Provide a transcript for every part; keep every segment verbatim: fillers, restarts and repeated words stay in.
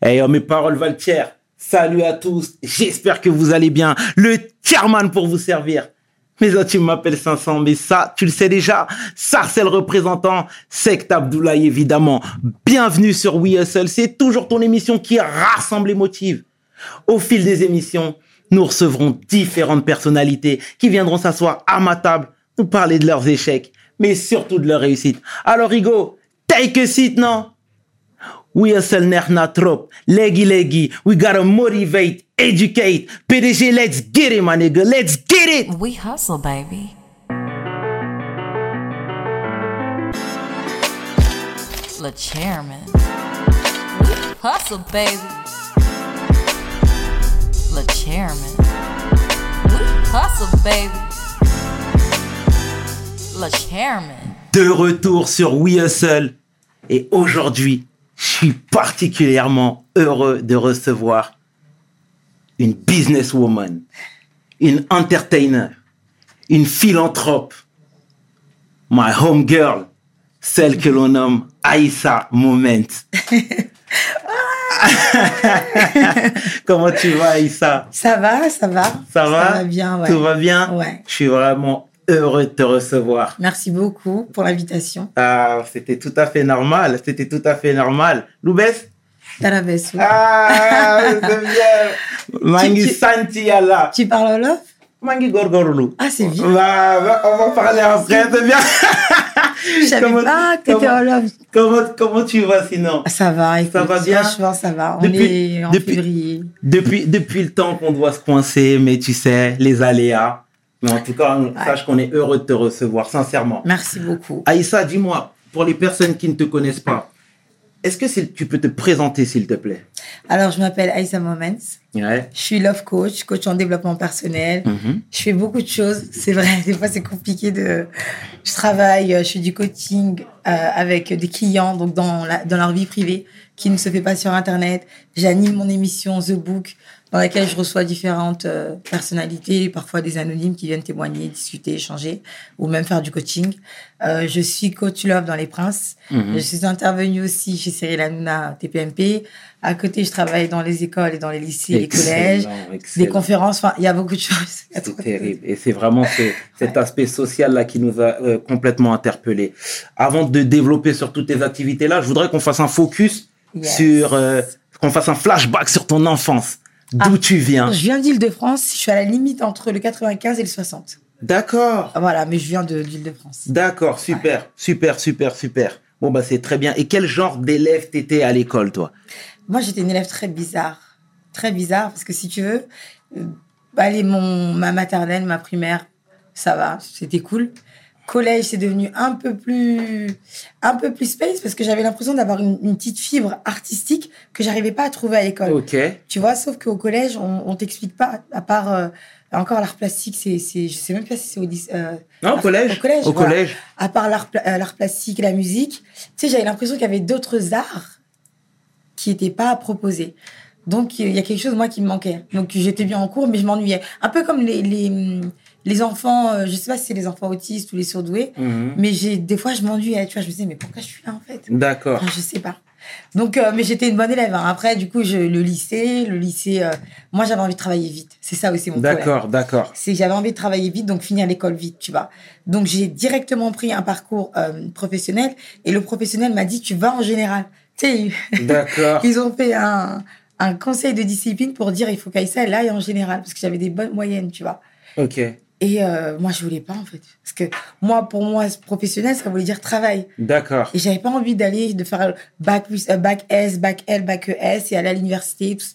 Hey, oh, mes paroles valent tiers. Salut à tous. J'espère que vous allez bien. Le chairman pour vous servir. Mais oh, tu m'appelles cinq cents, mais ça, tu le sais déjà. Ça, c'est le représentant. Sect Abdoulaye, évidemment. Bienvenue sur We Hustle. C'est toujours ton émission qui rassemble et motive. Au fil des émissions, nous recevrons différentes personnalités qui viendront s'asseoir à ma table, nous parler de leurs échecs, mais surtout de leurs réussites. Alors, Rigo, take a seat, non? We hustle nerna trop. Leggy leggy. We gotta motivate, educate. P D G, let's get it, my nigga. Let's get it. We hustle, baby. Le chairman. We hustle, baby. Le chairman. We hustle, baby. Le chairman. De retour sur We Hustle. Et aujourd'hui, je suis particulièrement heureux de recevoir une businesswoman, une entertainer, une philanthrope, my home girl, celle que l'on nomme Aïssa Moment. Comment tu vas, Aïssa? Ça va, ça va. Ça va? Ça va bien, ouais. Tout va bien? Ouais. Je suis vraiment heureux de te recevoir. Merci beaucoup pour l'invitation. Ah, c'était tout à fait normal. C'était tout à fait normal. Loubès? Tarabes. Ah, c'est bien. Mangi Santi Yalla. Tu parles Wolof? Mangi Gorgorlu. Ah, c'est bien. Va, va, on va parler après, c'est bien. Je savais Comment- pas que t'étais comment- Wolof. Comment, comment tu vas sinon? Ah, ça va, écoute, Ça va bien? franchement, ça va. On Depuis- est en depuis- février. Depuis, depuis le temps qu'on doit se coincer, mais tu sais, les aléas. Mais en tout cas, sache qu'on est heureux de te recevoir, sincèrement. Merci beaucoup. Aïssa, dis-moi, pour les personnes qui ne te connaissent pas, est-ce que c'est- tu peux te présenter, s'il te plaît? Alors, je m'appelle Aïssa Moments. Ouais. Je suis love coach, coach en développement personnel. Mhm. Je fais beaucoup de choses. C'est vrai, des fois, c'est compliqué de... Je travaille, je fais du coaching euh, avec des clients, donc dans, la, dans leur vie privée, qui ne se fait pas sur Internet. J'anime mon émission The Book, dans laquelle je reçois différentes euh, personnalités, parfois des anonymes qui viennent témoigner, discuter, échanger, ou même faire du coaching. Euh, je suis coach love dans Les Princes. Mhm. Je suis intervenue aussi chez Cyril Hanouna, T P M P. À côté, je travaille dans les écoles et dans les lycées, les collèges, Excellent, excellent. des conférences. Enfin, il y a beaucoup de choses. Il y a trop C'est de choses. terrible. Et c'est vraiment ce- cet aspect social-là qui nous a euh, complètement interpellés. Avant de développer sur toutes tes activités-là, je voudrais qu'on fasse un focus Yes. sur... euh, qu'on fasse un flashback sur ton enfance. D'où Ah. tu viens. Je viens d'Île-de-France. Je suis à la limite entre le quatre-vingt-quinze et le soixante. D'accord. Ah, Voilà, mais je viens de l'Île-de-France. D'accord, super, super, super, super. Bon, bah, c'est très bien. Et quel genre d'élève t'étais à l'école, toi? Moi, j'étais une élève très bizarre. Très bizarre, parce que si tu veux, euh, allez, mon, ma maternelle, ma primaire, ça va, c'était cool. Collège, c'est devenu un peu plus, un peu plus space, parce que j'avais l'impression d'avoir une, une petite fibre artistique que j'arrivais pas à trouver à l'école. Ok. Tu vois, sauf qu'au collège, on, on t'explique pas, à part, euh, encore l'art plastique, c'est, c'est, je sais même pas si c'est au lycée, euh, Non, au collège. Au collège, Au voilà. collège. à part l'art, pla- euh, l'art plastique et la musique, tu sais, j'avais l'impression qu'il y avait d'autres arts qui n'étaient pas proposés. Donc, il y a quelque chose, moi, qui me manquait. Donc, j'étais bien en cours, mais je m'ennuyais. Un peu comme les, les, les enfants, euh, je sais pas si c'est les enfants autistes ou les surdoués, Mhm. mais j'ai, des fois, je m'ennuyais. Tu vois, je me disais, mais pourquoi je suis là, en fait? D'accord. Enfin, je sais pas. Donc, euh, mais j'étais une bonne élève. Hein. Après, du coup, je, le lycée, le lycée, euh, moi, j'avais envie de travailler vite. C'est ça aussi mon problème. D'accord, d'accord. C'est que j'avais envie de travailler vite, donc finir l'école vite, tu vois. Donc, j'ai directement pris un parcours euh, professionnel et le professionnel m'a dit, tu vas en général. Tu sais, ils- D'accord. ils ont fait un, un conseil de discipline pour dire, il faut qu'Aïssa, elle aille en général, parce que j'avais des bonnes moyennes, tu vois. Ok. Et euh, moi, je voulais pas, en fait. Parce que moi, pour moi, professionnel, ça voulait dire travail. D'accord. Et j'avais pas envie d'aller, de faire bac, plus, euh, bac S, bac L, bac E S et aller à l'université. Tout.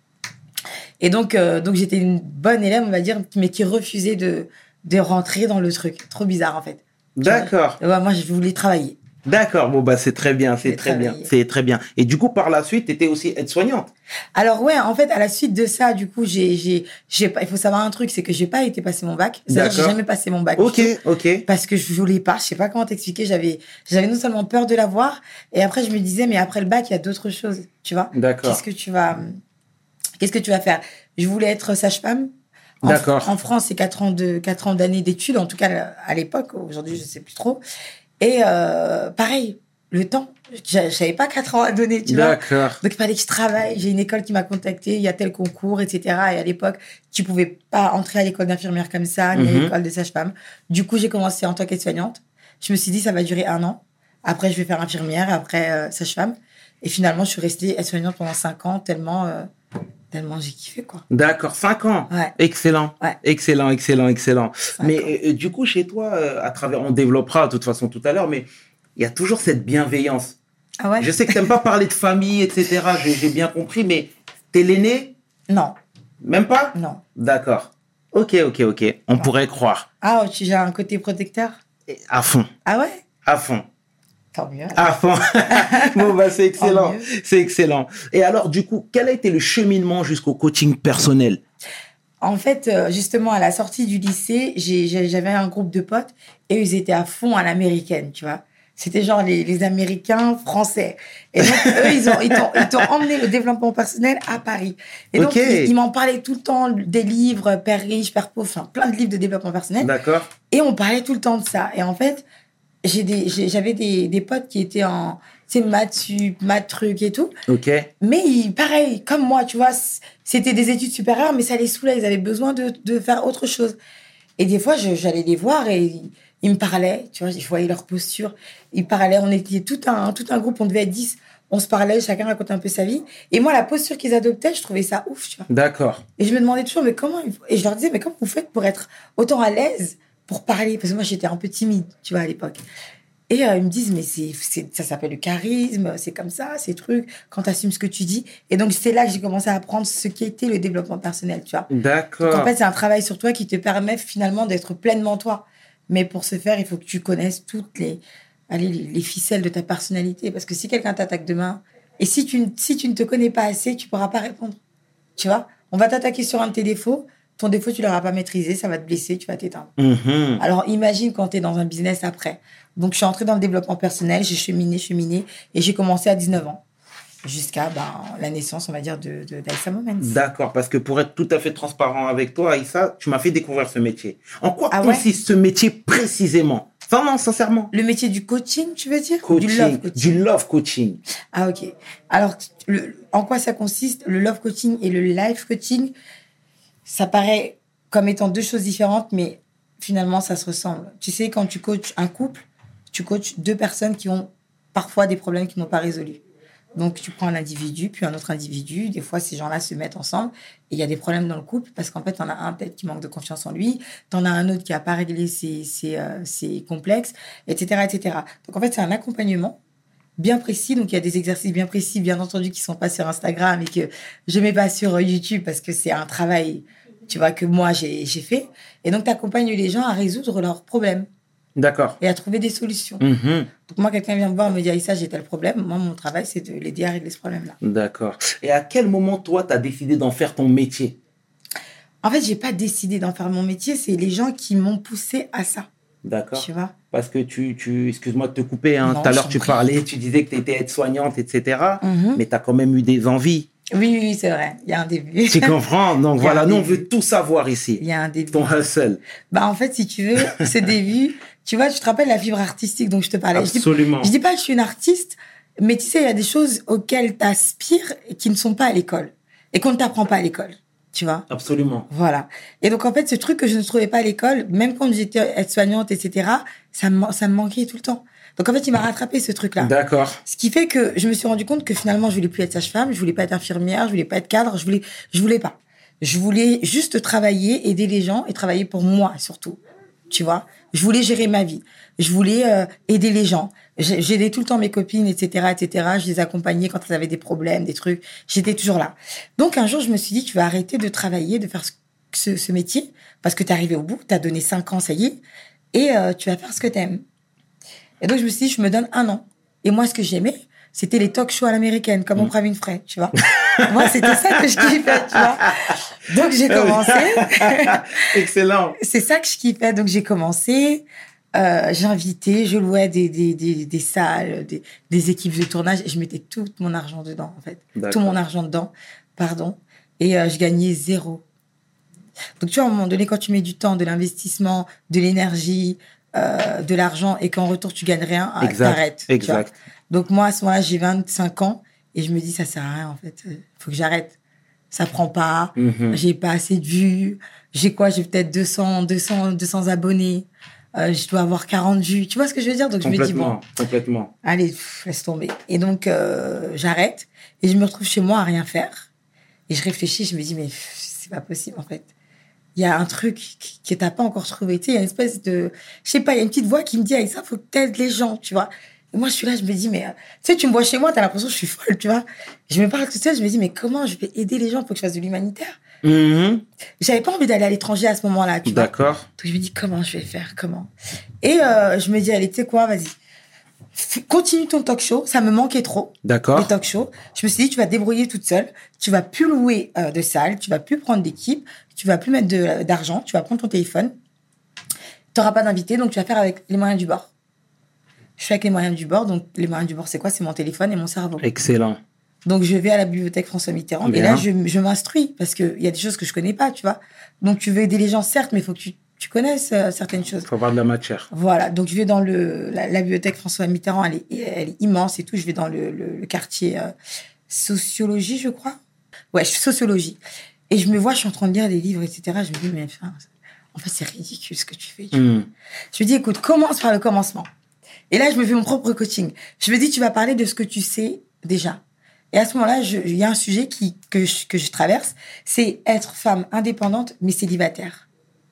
Et donc, euh, donc j'étais une bonne élève, on va dire, mais qui refusait de, de rentrer dans le truc. Trop bizarre, en fait. D'accord. Et ouais, moi, je voulais travailler. D'accord. Bon, bah, c'est très bien, c'est J'ai très bien. travaillé. C'est très bien. Et du coup, par la suite, t'étais aussi aide-soignante. Alors, ouais, en fait, à la suite de ça, du coup, j'ai, j'ai, j'ai pas, il faut savoir un truc, c'est que j'ai pas été passer mon bac. C'est-à-dire que j'ai D'accord. jamais passé mon bac. Ok, du tout. ok. Parce que je voulais pas, je sais pas comment t'expliquer, j'avais, j'avais non seulement peur de l'avoir, et après, je me disais, mais après le bac, il y a d'autres choses, tu vois. D'accord. Qu'est-ce que tu vas, qu'est-ce que tu vas faire? Je voulais être sage-femme. En, D'accord. En France, c'est quatre ans de, quatre ans d'années d'études, en tout cas, à l'époque. Aujourd'hui, je sais plus trop. Et, euh, pareil. le temps. Je savais pas quatre ans à donner, tu vois. D'accord. Donc, il fallait que je travaille. J'ai une école qui m'a contactée. Il y a tel concours, et cetera. Et à l'époque, tu pouvais pas entrer à l'école d'infirmière comme ça, ni Mhm. à l'école de sage-femme. Du coup, j'ai commencé en tant qu'aide-soignante. Je me suis dit, ça va durer un an. Après, je vais faire infirmière, après euh, sage-femme. Et finalement, je suis restée aide-soignante pendant cinq ans, tellement, euh, tellement j'ai kiffé, quoi. D'accord, cinq ans. Ouais. Excellent. Ouais. Excellent, excellent, excellent. Cinq Mais ans. euh, du coup, chez toi, euh, à travers, on développera de toute façon tout à l'heure, mais il y a toujours cette bienveillance. Ah ouais? Je sais que t'aimes pas parler de famille, et cetera. J'ai, j'ai bien compris, mais t'es l'aîné? Non, Même pas? non. D'accord. Ok, ok, ok. On Non. pourrait croire. Ah, tu j'ai un côté protecteur? Et à fond, Ah ouais? à fond, Tant mieux. à fond. Bon, bah, c'est excellent. Tant mieux. C'est excellent. Et alors, du coup, quel a été le cheminement jusqu'au coaching personnel? En fait, euh, justement, à la sortie du lycée, j'ai- j'ai- j'avais un groupe de potes et ils étaient à fond à l'américaine, tu vois. C'était genre les, les Américains français. Et donc, eux, ils ont, ils t'ont, ils t'ont emmené le développement personnel à Paris. Et donc, Ok. ils, ils m'en parlaient tout le temps, des livres, Père riche, Père pauvre, enfin, plein de livres de développement personnel. D'accord. Et on parlait tout le temps de ça. Et en fait, j'ai des, j'ai- j'avais des, des potes qui étaient en, tu sais, maths sup, maths truc et tout. Ok. Mais ils, pareil, comme moi, tu vois, c- c'était des études supérieures, mais ça les saoulait. Ils avaient besoin de, de faire autre chose. Et des fois, je- j'allais les voir et ils, ils me parlaient, tu vois, je voyais leur posture. Ils parlaient, on était tout un, tout un groupe, on devait être dix. On se parlait, chacun racontait un peu sa vie. Et moi, la posture qu'ils adoptaient, je trouvais ça ouf, tu vois. D'accord. Et je me demandais toujours, mais comment... ils- Et je leur disais, mais comment vous faites pour être autant à l'aise pour parler? Parce que moi, j'étais un peu timide, tu vois, à l'époque. Et euh, ils me disent, mais c'est, c'est, ça s'appelle le charisme, c'est comme ça, ces trucs, quand tu assumes ce que tu dis. Et donc, c'est là que j'ai commencé à apprendre ce qu'était le développement personnel, tu vois. Donc, D'accord. en fait, c'est un travail sur toi qui te permet finalement d'être pleinement toi. Mais pour ce faire, il faut que tu connaisses toutes les, allez, les, les ficelles de ta personnalité. Parce que si quelqu'un t'attaque demain, et si tu, ne- si tu ne te connais pas assez, tu pourras pas répondre. Tu vois, on va t'attaquer sur un de tes défauts. Ton défaut, tu l'auras pas maîtrisé, ça va te blesser, tu vas t'éteindre. Mhm. Alors, imagine quand tu es dans un business après. Donc, je suis entrée dans le développement personnel, j'ai cheminé, cheminé, et j'ai commencé à dix-neuf ans. Jusqu'à ben, la naissance, on va dire, de, de, d'Aïssa Moments. D'accord, parce que pour être tout à fait transparent avec toi, Aïssa, tu m'as fait découvrir ce métier. En quoi Ah ouais? consiste ce métier précisément? Enfin, non, sincèrement. Le métier du coaching, tu veux dire? Coaching, Du love coaching. du love coaching. Ah, ok. Alors, le, en quoi ça consiste? Le love coaching et le life coaching, ça paraît comme étant deux choses différentes, mais finalement, ça se ressemble. Tu sais, quand tu coaches un couple, tu coaches deux personnes qui ont parfois des problèmes qui n'ont pas résolus. Donc, tu prends un individu, puis un autre individu. Des fois, ces gens-là se mettent ensemble et il y a des problèmes dans le couple parce qu'en fait, t'en as un peut-être qui manque de confiance en lui, t'en as un autre qui n'a pas réglé ses, ses, euh, ses complexes, et cetera, et cetera. Donc, en fait, c'est un accompagnement bien précis. Donc, il y a des exercices bien précis, bien entendu, qui sont pas sur Instagram et que je mets pas sur YouTube parce que c'est un travail, tu vois, que moi, j'ai, j'ai fait. Et donc, tu accompagnes les gens à résoudre leurs problèmes D'accord. et à trouver des solutions. Mhm. Donc, moi, quelqu'un vient me voir, me dit, Aïssa, j'ai tel problème. Moi, mon travail, c'est de l'aider à régler ce problème-là. D'accord. Et à quel moment, toi, tu as décidé d'en faire ton métier? En fait, j'ai pas décidé d'en faire mon métier. C'est les gens qui m'ont poussé à ça. D'accord. Tu vois? Parce que tu, tu excuse-moi de te couper, hein. Non, Tout à l'heure, je tu t'en prie. parlais, tu disais que tu étais aide-soignante, et cetera. Mhm. Mais tu as quand même eu des envies. Oui, oui, oui, c'est vrai. Il y a un début. Tu comprends? Donc Il y a voilà, un nous, on début. veut tout savoir ici. Il y a un début. Ton hustle. Bah, en fait, si tu veux, ce début, tu vois, tu te rappelles la fibre artistique dont je te parlais. Je dis- Absolument. Je dis pas que je suis une artiste, mais tu sais, il y a des choses auxquelles tu aspires et qui ne sont pas à l'école. Et qu'on ne t'apprend pas à l'école. Tu vois? Absolument. Voilà. Et donc, en fait, ce truc que je ne trouvais pas à l'école, même quand j'étais aide-soignante, et cetera, ça me, ça me manquait tout le temps. Donc, en fait, il m'a rattrapé ce truc-là. D'accord. Ce qui fait que je me suis rendu compte que finalement, je voulais plus être sage-femme, je voulais pas être infirmière, je voulais pas être cadre, je voulais, je voulais pas. Je voulais juste travailler, aider les gens et travailler pour moi, surtout. Tu vois? Je voulais gérer ma vie. Je voulais euh, aider les gens. J'ai- J'aidais tout le temps mes copines, et cetera, et cetera. Je les accompagnais quand elles avaient des problèmes, des trucs. J'étais toujours là. Donc, un jour, je me suis dit, tu vas arrêter de travailler, de faire ce, ce, ce métier, parce que t'es arrivé au bout, t'as donné cinq ans, ça y est, et euh, tu vas faire ce que t'aimes. Et donc, je me suis dit, je me donne un an. Et moi, ce que j'aimais, c'était les talk shows à l'américaine, comme Oprah Winfrey, tu vois. Moi, c'était ça que je kiffais, tu vois. Donc, j'ai commencé. Excellent. C'est ça que je kiffais. Donc, j'ai commencé. Euh, j'invitais, je louais des, des, des, des salles, des, des équipes de tournage. Et je mettais tout mon argent dedans, en fait. D'accord. Tout mon argent dedans, pardon. Et euh, je gagnais zéro. Donc, tu vois, à un moment donné, quand tu mets du temps, de l'investissement, de l'énergie, euh, de l'argent et qu'en retour, tu gagnes rien, ah, Exact. t'arrêtes. tu Exact. vois. Donc, moi, à ce moment-là, j'ai vingt-cinq ans et je me dis, ça sert à rien, en fait. Il faut que j'arrête. Ça prend pas. Mhm. J'ai pas assez de vues. J'ai quoi? J'ai peut-être deux cents, deux cents, deux cents abonnés. Euh, je dois avoir quarante vues. Tu vois ce que je veux dire? Donc, je me dis, Complètement. bon, Complètement. allez, pff, laisse tomber. Et donc, euh, j'arrête. Et je me retrouve chez moi à rien faire. Et je réfléchis, je me dis, mais pff, c'est pas possible, en fait. Il y a un truc qui- que t'as pas encore trouvé. Tu sais, il y a une espèce de... Je sais pas, il y a une petite voix qui me dit, ah, ça, faut que t'aides les gens, tu vois. Et moi, je suis là, je me dis, mais... euh, tu sais, tu me vois chez moi, t'as l'impression que je suis folle, tu vois. Je me parle tout seul, je me dis, mais comment je vais aider les gens pour que je fasse de l'humanitaire? Mhm. J'avais pas envie d'aller à l'étranger à ce moment-là, tu vois. D'accord. Donc, je me dis, comment je vais faire? Comment? Et euh, je me dis, allez, tu sais quoi, vas-y. F- Continue ton talk show. Ça me manquait trop, les D'accord. talk shows. Je me suis dit, tu vas te débrouiller toute seule. Tu vas plus louer euh, de salle. Tu vas plus prendre d'équipe. Tu vas plus mettre de- d'argent. Tu vas prendre ton téléphone. Tu n'auras pas d'invité, donc tu vas faire avec les moyens du bord. Je fais avec les moyens du bord. Donc, les moyens du bord, c'est quoi? C'est mon téléphone et mon cerveau. Excellent. Donc, je vais à la bibliothèque François Mitterrand. Bien. Et là, je, je m'instruis parce qu'il y a des choses que je connais pas, tu vois. Donc, tu veux aider les gens, certes, mais il faut que tu, tu connaisses euh, certaines choses. Faut avoir de la matière. Voilà, donc je vais dans le, la, la bibliothèque François Mitterrand, elle est, elle est immense et tout. Je vais dans le, le, le quartier euh, sociologie, je crois. Ouais, je- sociologie. Et je me vois, je suis en train de lire des livres, et cetera. Je me dis, mais enfin, en fait, c'est ridicule ce que tu fais. tu vois. Mhm. Je me dis, écoute, commence par le commencement. Et là, je me fais mon propre coaching. Je me dis, tu vas parler de ce que tu sais déjà. Et à ce moment-là, je- il y a un sujet qui, que, je, que je traverse, c'est être femme indépendante, mais célibataire.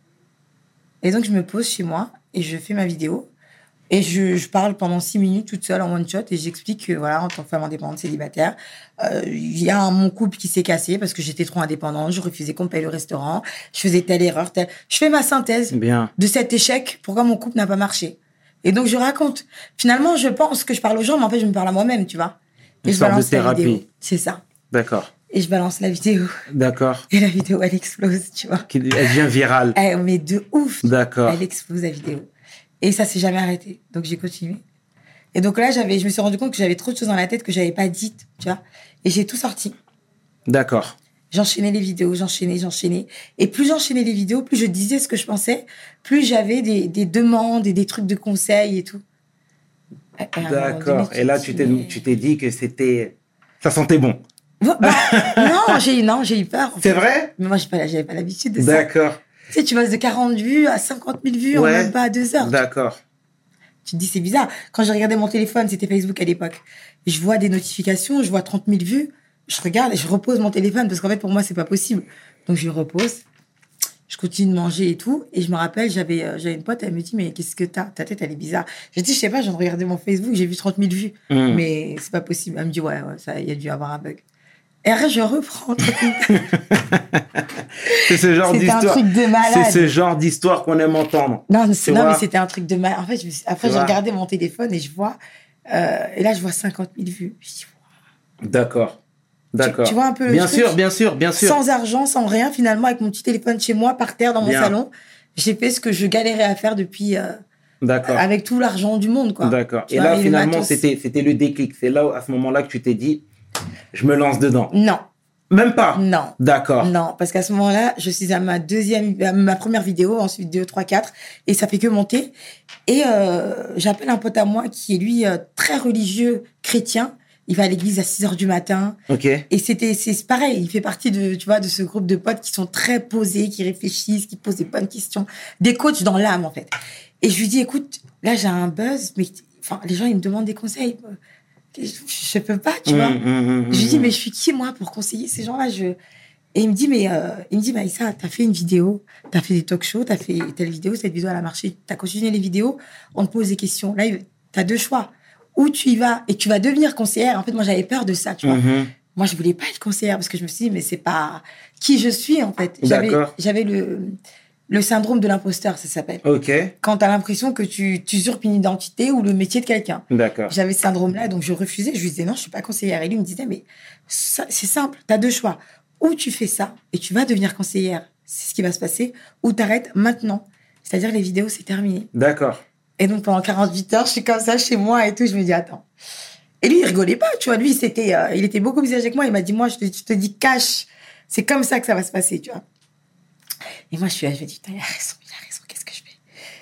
Et donc, je me pose chez moi et je fais ma vidéo. Et je, je parle pendant six minutes toute seule en one shot et j'explique que, voilà, en tant que femme indépendante célibataire, euh, il y a un- mon couple qui s'est cassé parce que j'étais trop indépendante, je refusais qu'on me paye le restaurant, je faisais telle erreur, telle... Je fais ma synthèse Bien. de cet échec, pourquoi mon couple n'a pas marché. Et donc, je raconte. Finalement, je pense que je parle aux gens, mais en fait, je me parle à moi-même, tu vois. Et Une je sorte de balance la thérapie. vidéo. C'est ça. D'accord. Et je balance la vidéo. D'accord. Et la vidéo, elle explose, tu vois. Qui- Elle devient virale. Elle, mais de ouf. D'accord. Elle explose la vidéo. Et ça s'est jamais arrêté. Donc, j'ai continué. Et donc là, j'avais, je me suis rendu compte que j'avais trop de choses dans la tête que j'avais pas dites, tu vois. Et j'ai tout sorti. D'accord. J'enchaînais les vidéos, j'enchaînais, j'enchaînais. Et plus j'enchaînais les vidéos, plus je disais ce que je pensais, plus j'avais des, des demandes et des trucs de conseils et tout. Et à un moment donné, D'accord. tu Et là, te tu dis, t'es, mais- tu t'es dit que c'était, ça sentait bon. Bah, non, j'ai eu, non, j'ai eu peur. en C'est fait. vrai? Mais moi, j'ai pas, j'avais pas l'habitude de ça. D'accord. Tu sais, tu passes de quarante vues à cinquante mille vues en Ouais. même pas à deux heures. D'accord. Tu te dis, c'est bizarre. Quand j'ai regardé mon téléphone, c'était Facebook à l'époque. Je vois des notifications, je vois trente mille vues. Je regarde et je repose mon téléphone parce qu'en fait, pour moi, c'est pas possible. Donc, je le repose. Je continue de manger et tout. Et je me rappelle, j'avais, euh, j'avais une pote, elle me dit, mais qu'est-ce que t'as? Ta tête, elle est bizarre. J'ai dit, je sais pas, je viens de regarder mon Facebook, j'ai vu trente mille vues. Mm. Mais c'est pas possible. Elle me dit, ouais, ouais, ça, il y a dû avoir un bug. Et après, je reprends. C'est ce genre C'était un d'histoire. truc de malade. C'est ce genre d'histoire qu'on aime entendre. Non, mais c'est- Tu non, vois? mais c'était un truc de mal. En fait, je me suis- après, Tu j'ai vois? regardé mon téléphone et je vois. euh, et là, je vois cinquante mille vues. Je dis, D'accord. D'accord. tu vois un peu le Bien truc? sûr, bien sûr, bien sûr. sans argent, sans rien, finalement, avec mon petit téléphone chez moi, par terre, dans mon Bien. salon, j'ai fait ce que je galérais à faire depuis. euh, D'accord. avec tout l'argent du monde, quoi. D'accord. Tu Et vois, là, le finalement, matos. c'était, c'était le déclic. C'est là, où, à ce moment-là, que tu t'es dit, je me lance dedans. Non, Même pas. non. D'accord. Non, parce qu'à ce moment-là, je suis à ma deuxième, à ma première vidéo, ensuite deux, trois, quatre, et ça fait que monter. Et euh, j'appelle un pote à moi qui est lui euh, très religieux, chrétien. Il va à l'église à six heures du matin. Ok. Et c'était, c'est pareil. Il fait partie de, tu vois, de ce groupe de potes qui sont très posés, qui réfléchissent, qui posent des bonnes questions, des coachs dans l'âme en fait. Et je lui dis, écoute, là j'ai un buzz, mais enfin les gens ils me demandent des conseils. Je, je peux pas, tu vois. Mmh, mmh, mmh, Je lui dis, mmh. mais je suis qui, moi, pour conseiller ces gens-là je... Et il me dit, mais euh, il me dit, Maïssa, t'as fait une vidéo, t'as fait des talk shows, t'as fait telle vidéo, cette vidéo, elle a marché. T'as continué les vidéos, on te pose des questions. Là, il- t'as deux choix. Où tu y vas et tu vas devenir conseillère. En fait, moi, j'avais peur de ça, tu vois. Mhm. Moi, je voulais pas être conseillère parce que je me suis dit, mais c'est pas qui je suis, en fait. J'avais, D'accord. j'avais le, le syndrome de l'imposteur, ça s'appelle. Ok. Quand t'as l'impression que tu, tu usurpes une identité ou le métier de quelqu'un. D'accord. J'avais ce syndrome-là, donc je refusais. Je lui disais, non, je suis pas conseillère. Et lui me disait, mais ça, c'est simple, tu as deux choix. Ou tu fais ça et tu vas devenir conseillère, c'est ce qui va se passer, ou t'arrêtes maintenant. C'est-à-dire, les vidéos, c'est terminé. D'accord. Et donc, pendant quarante-huit heures, je suis comme ça chez moi et tout. Je me dis, attends. Et lui, il rigolait pas, tu vois. Lui, c'était, euh, il était beaucoup plus âgé que moi. Il m'a dit, moi, je te, je te dis cash. C'est comme ça que ça va se passer, tu vois. Et moi, je suis là, je me dis, putain, il a raison, il a raison, qu'est-ce que je fais?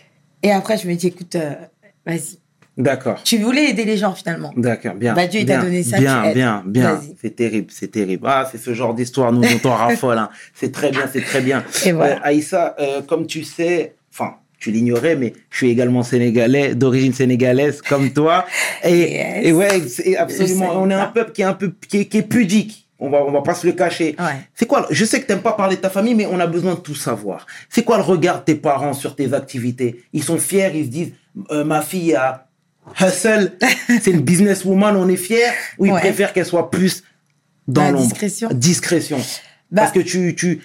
Et après, je me dis, écoute, euh, vas-y. D'accord. Tu voulais aider les gens, finalement. D'accord, bien. Bah, Dieu, il bien, t'a donné ça, Bien, tu aides. bien, bien. Vas-y. C'est terrible, c'est terrible. Ah, c'est ce genre d'histoire, nous, dont on raffole. Hein. C'est très bien, c'est très bien. Et voilà. Euh, Aïssa, euh, comme tu sais, enfin, tu l'ignorais, mais je suis également sénégalais, d'origine sénégalaise, comme toi. Et, Yes. et ouais, c'est absolument, Je sais on est un pas. peuple qui est un peu, qui est, qui est pudique. On va, on va pas se le cacher. Ouais. C'est quoi, je sais que t'aimes pas parler de ta famille, mais on a besoin de tout savoir. C'est quoi le regard de tes parents sur tes activités? Ils sont fiers, ils se disent, euh, ma fille a hustle, c'est une businesswoman, on est fiers, ou ils Ouais. préfèrent qu'elle soit plus dans La l'ombre? discrétion. Discrétion. Bah- Parce que tu, tu,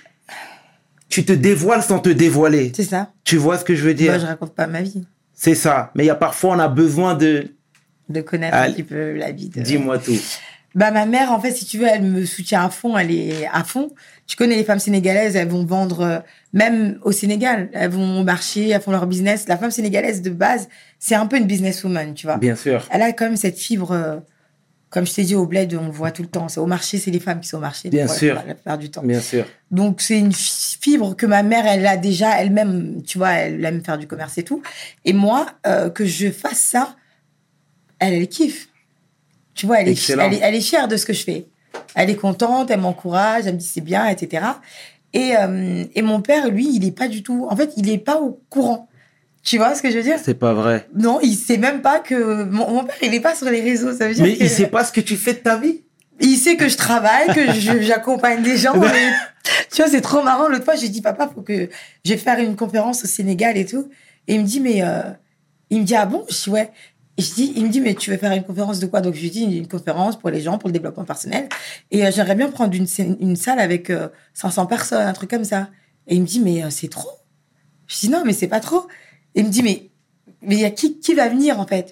tu te dévoiles sans te dévoiler. C'est ça. Tu vois ce que je veux dire? Moi, je raconte pas ma vie. C'est ça. Mais il y a parfois, on a besoin de... De connaître Allez. un petit peu la vie de... Dis-moi tout. Bah, ma mère, en fait, si tu veux, elle me soutient à fond, elle est à fond. Tu connais les femmes sénégalaises, elles vont vendre, euh, même au Sénégal, elles vont au marché, elles font leur business. La femme sénégalaise, de base, c'est un peu une businesswoman, tu vois. Bien sûr. Elle a quand même cette fibre, euh, comme je t'ai dit, au bled, on le voit tout le temps. C'est au marché, c'est les femmes qui sont au marché. Bien pour sûr. La, la plupart du temps. Bien sûr. Donc, c'est une fi- fibre que ma mère, elle a déjà elle-même, tu vois, elle aime faire du commerce et tout. Et moi, euh, que je fasse ça, elle, elle kiffe. Tu vois, elle est, Excellent. elle, est, elle est fière de ce que je fais. Elle est contente, elle m'encourage, elle me dit c'est bien, et cetera. Et, euh, et mon père, lui, il est pas du tout... En fait, il est pas au courant. Tu vois ce que je veux dire? C'est pas vrai. Non, il sait même pas que... Mon, mon père, il est pas sur les réseaux. Ça veut dire Mais que... il sait pas ce que tu fais de ta vie? Il sait que je travaille, que je- j'accompagne des gens. mais, tu vois, c'est trop marrant. L'autre fois, j'ai dit, papa, faut que je vais faire une conférence au Sénégal et tout. Et il me dit, mais, euh, il me dit, ah bon? Je dis, ouais. Et je dis, il me dit, mais tu veux faire une conférence de quoi? Donc, je lui dis, une conférence pour les gens, pour le développement personnel. Et euh, j'aimerais bien prendre une, scène- une salle avec euh, cinq cents personnes, un truc comme ça. Et il me dit, mais euh, c'est trop. Je dis, non, mais c'est pas trop. Et il me dit, mais, mais il y a qui, qui va venir, en fait?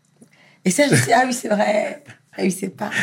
Et ça, je dis, ah oui, c'est vrai. Ah oui, c'est pas.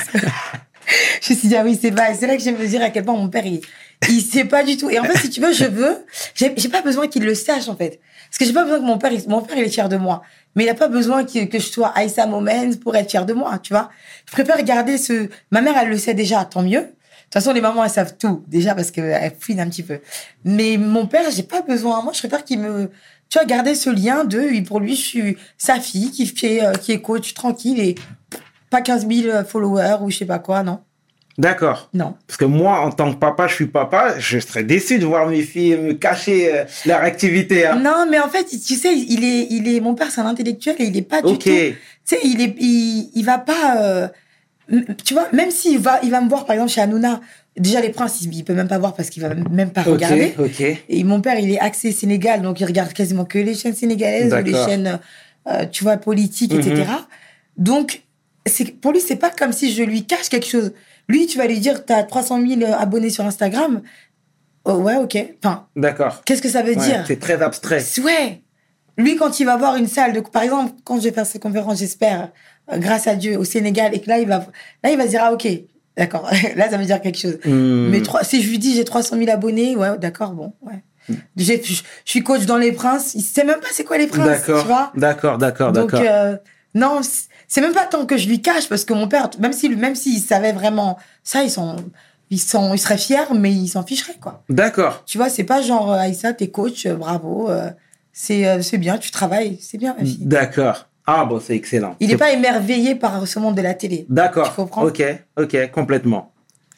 Je me suis dit, ah oui, c'est pas. Et c'est là que je me dire à quel point mon père, il, il sait pas du tout. Et en fait, si tu veux, je veux, j'ai, j'ai pas besoin qu'il le sache, en fait. Parce que j'ai pas besoin que mon père, il- mon père, il est fier de moi. Mais il a pas besoin que, que je sois Aïssa Momens pour être fier de moi, tu vois. Je préfère garder ce, ma mère, elle le sait déjà, tant mieux. De toute façon, les mamans, elles savent tout, déjà, parce qu'elles fouinent un petit peu. Mais mon père, j'ai pas besoin. Moi, je préfère qu'il me, tu vois, garder ce lien de, et pour lui, je suis sa fille qui fait, euh, qui est coach, tranquille et pas quinze mille followers ou je sais pas quoi, non. D'accord. Non. Parce que moi, en tant que papa, je suis papa, je serais déçu de voir mes filles me cacher euh, leur activité. Hein. Non, mais en fait, tu sais, il est, il est, mon père, c'est un intellectuel et il est pas du Ok. tout. Tu sais, il est, il, il va pas. euh, m- tu vois, même s'il va, il va me voir, par exemple, chez Hanouna. Déjà, les princes, il, il peut même pas voir parce qu'il va même pas regarder. Ok, ok. Et mon père, il est axé Sénégal, donc il regarde quasiment que les chaînes sénégalaises ou les D'accord. chaînes, euh, tu vois, politiques, Mhm. et cetera. Donc, c'est, pour lui, c'est pas comme si je lui cache quelque chose. Lui, tu vas lui dire, t'as trois cent mille abonnés sur Instagram. Oh, ouais, ok. Enfin, D'accord. qu'est-ce que ça veut Ouais, dire? c'est très abstrait. Ouais. Lui, quand il va voir une salle de, par exemple, quand je vais faire cette conférence, j'espère, euh, grâce à Dieu, au Sénégal, et que là, il va, là, il va se dire, ah, ok, d'accord. Là, ça veut dire quelque chose. Hmm. Mais trois, si je lui dis, j'ai trois cent mille abonnés, ouais, d'accord, bon, ouais. J'ai- Je je suis coach dans les princes. Il sait même pas c'est quoi les princes, tu D'accord. vois. D'accord, d'accord, Donc, d'accord. euh, non, c'est- c'est même pas tant que je lui cache, parce que mon père, même s'il, même s'il savait vraiment ça, ils sont, ils sont, ils seraient fiers, mais ils s'en ficheraient, quoi. D'accord. Tu vois, c'est pas genre, euh, Aïssa, t'es coach, euh, bravo, euh, c'est, euh, c'est bien, tu travailles, c'est bien, ma fille. D'accord. Ah bon, c'est excellent. Il C'est- n'est pas émerveillé par ce monde de la télé. D'accord. Tu comprends? Ok, ok, complètement.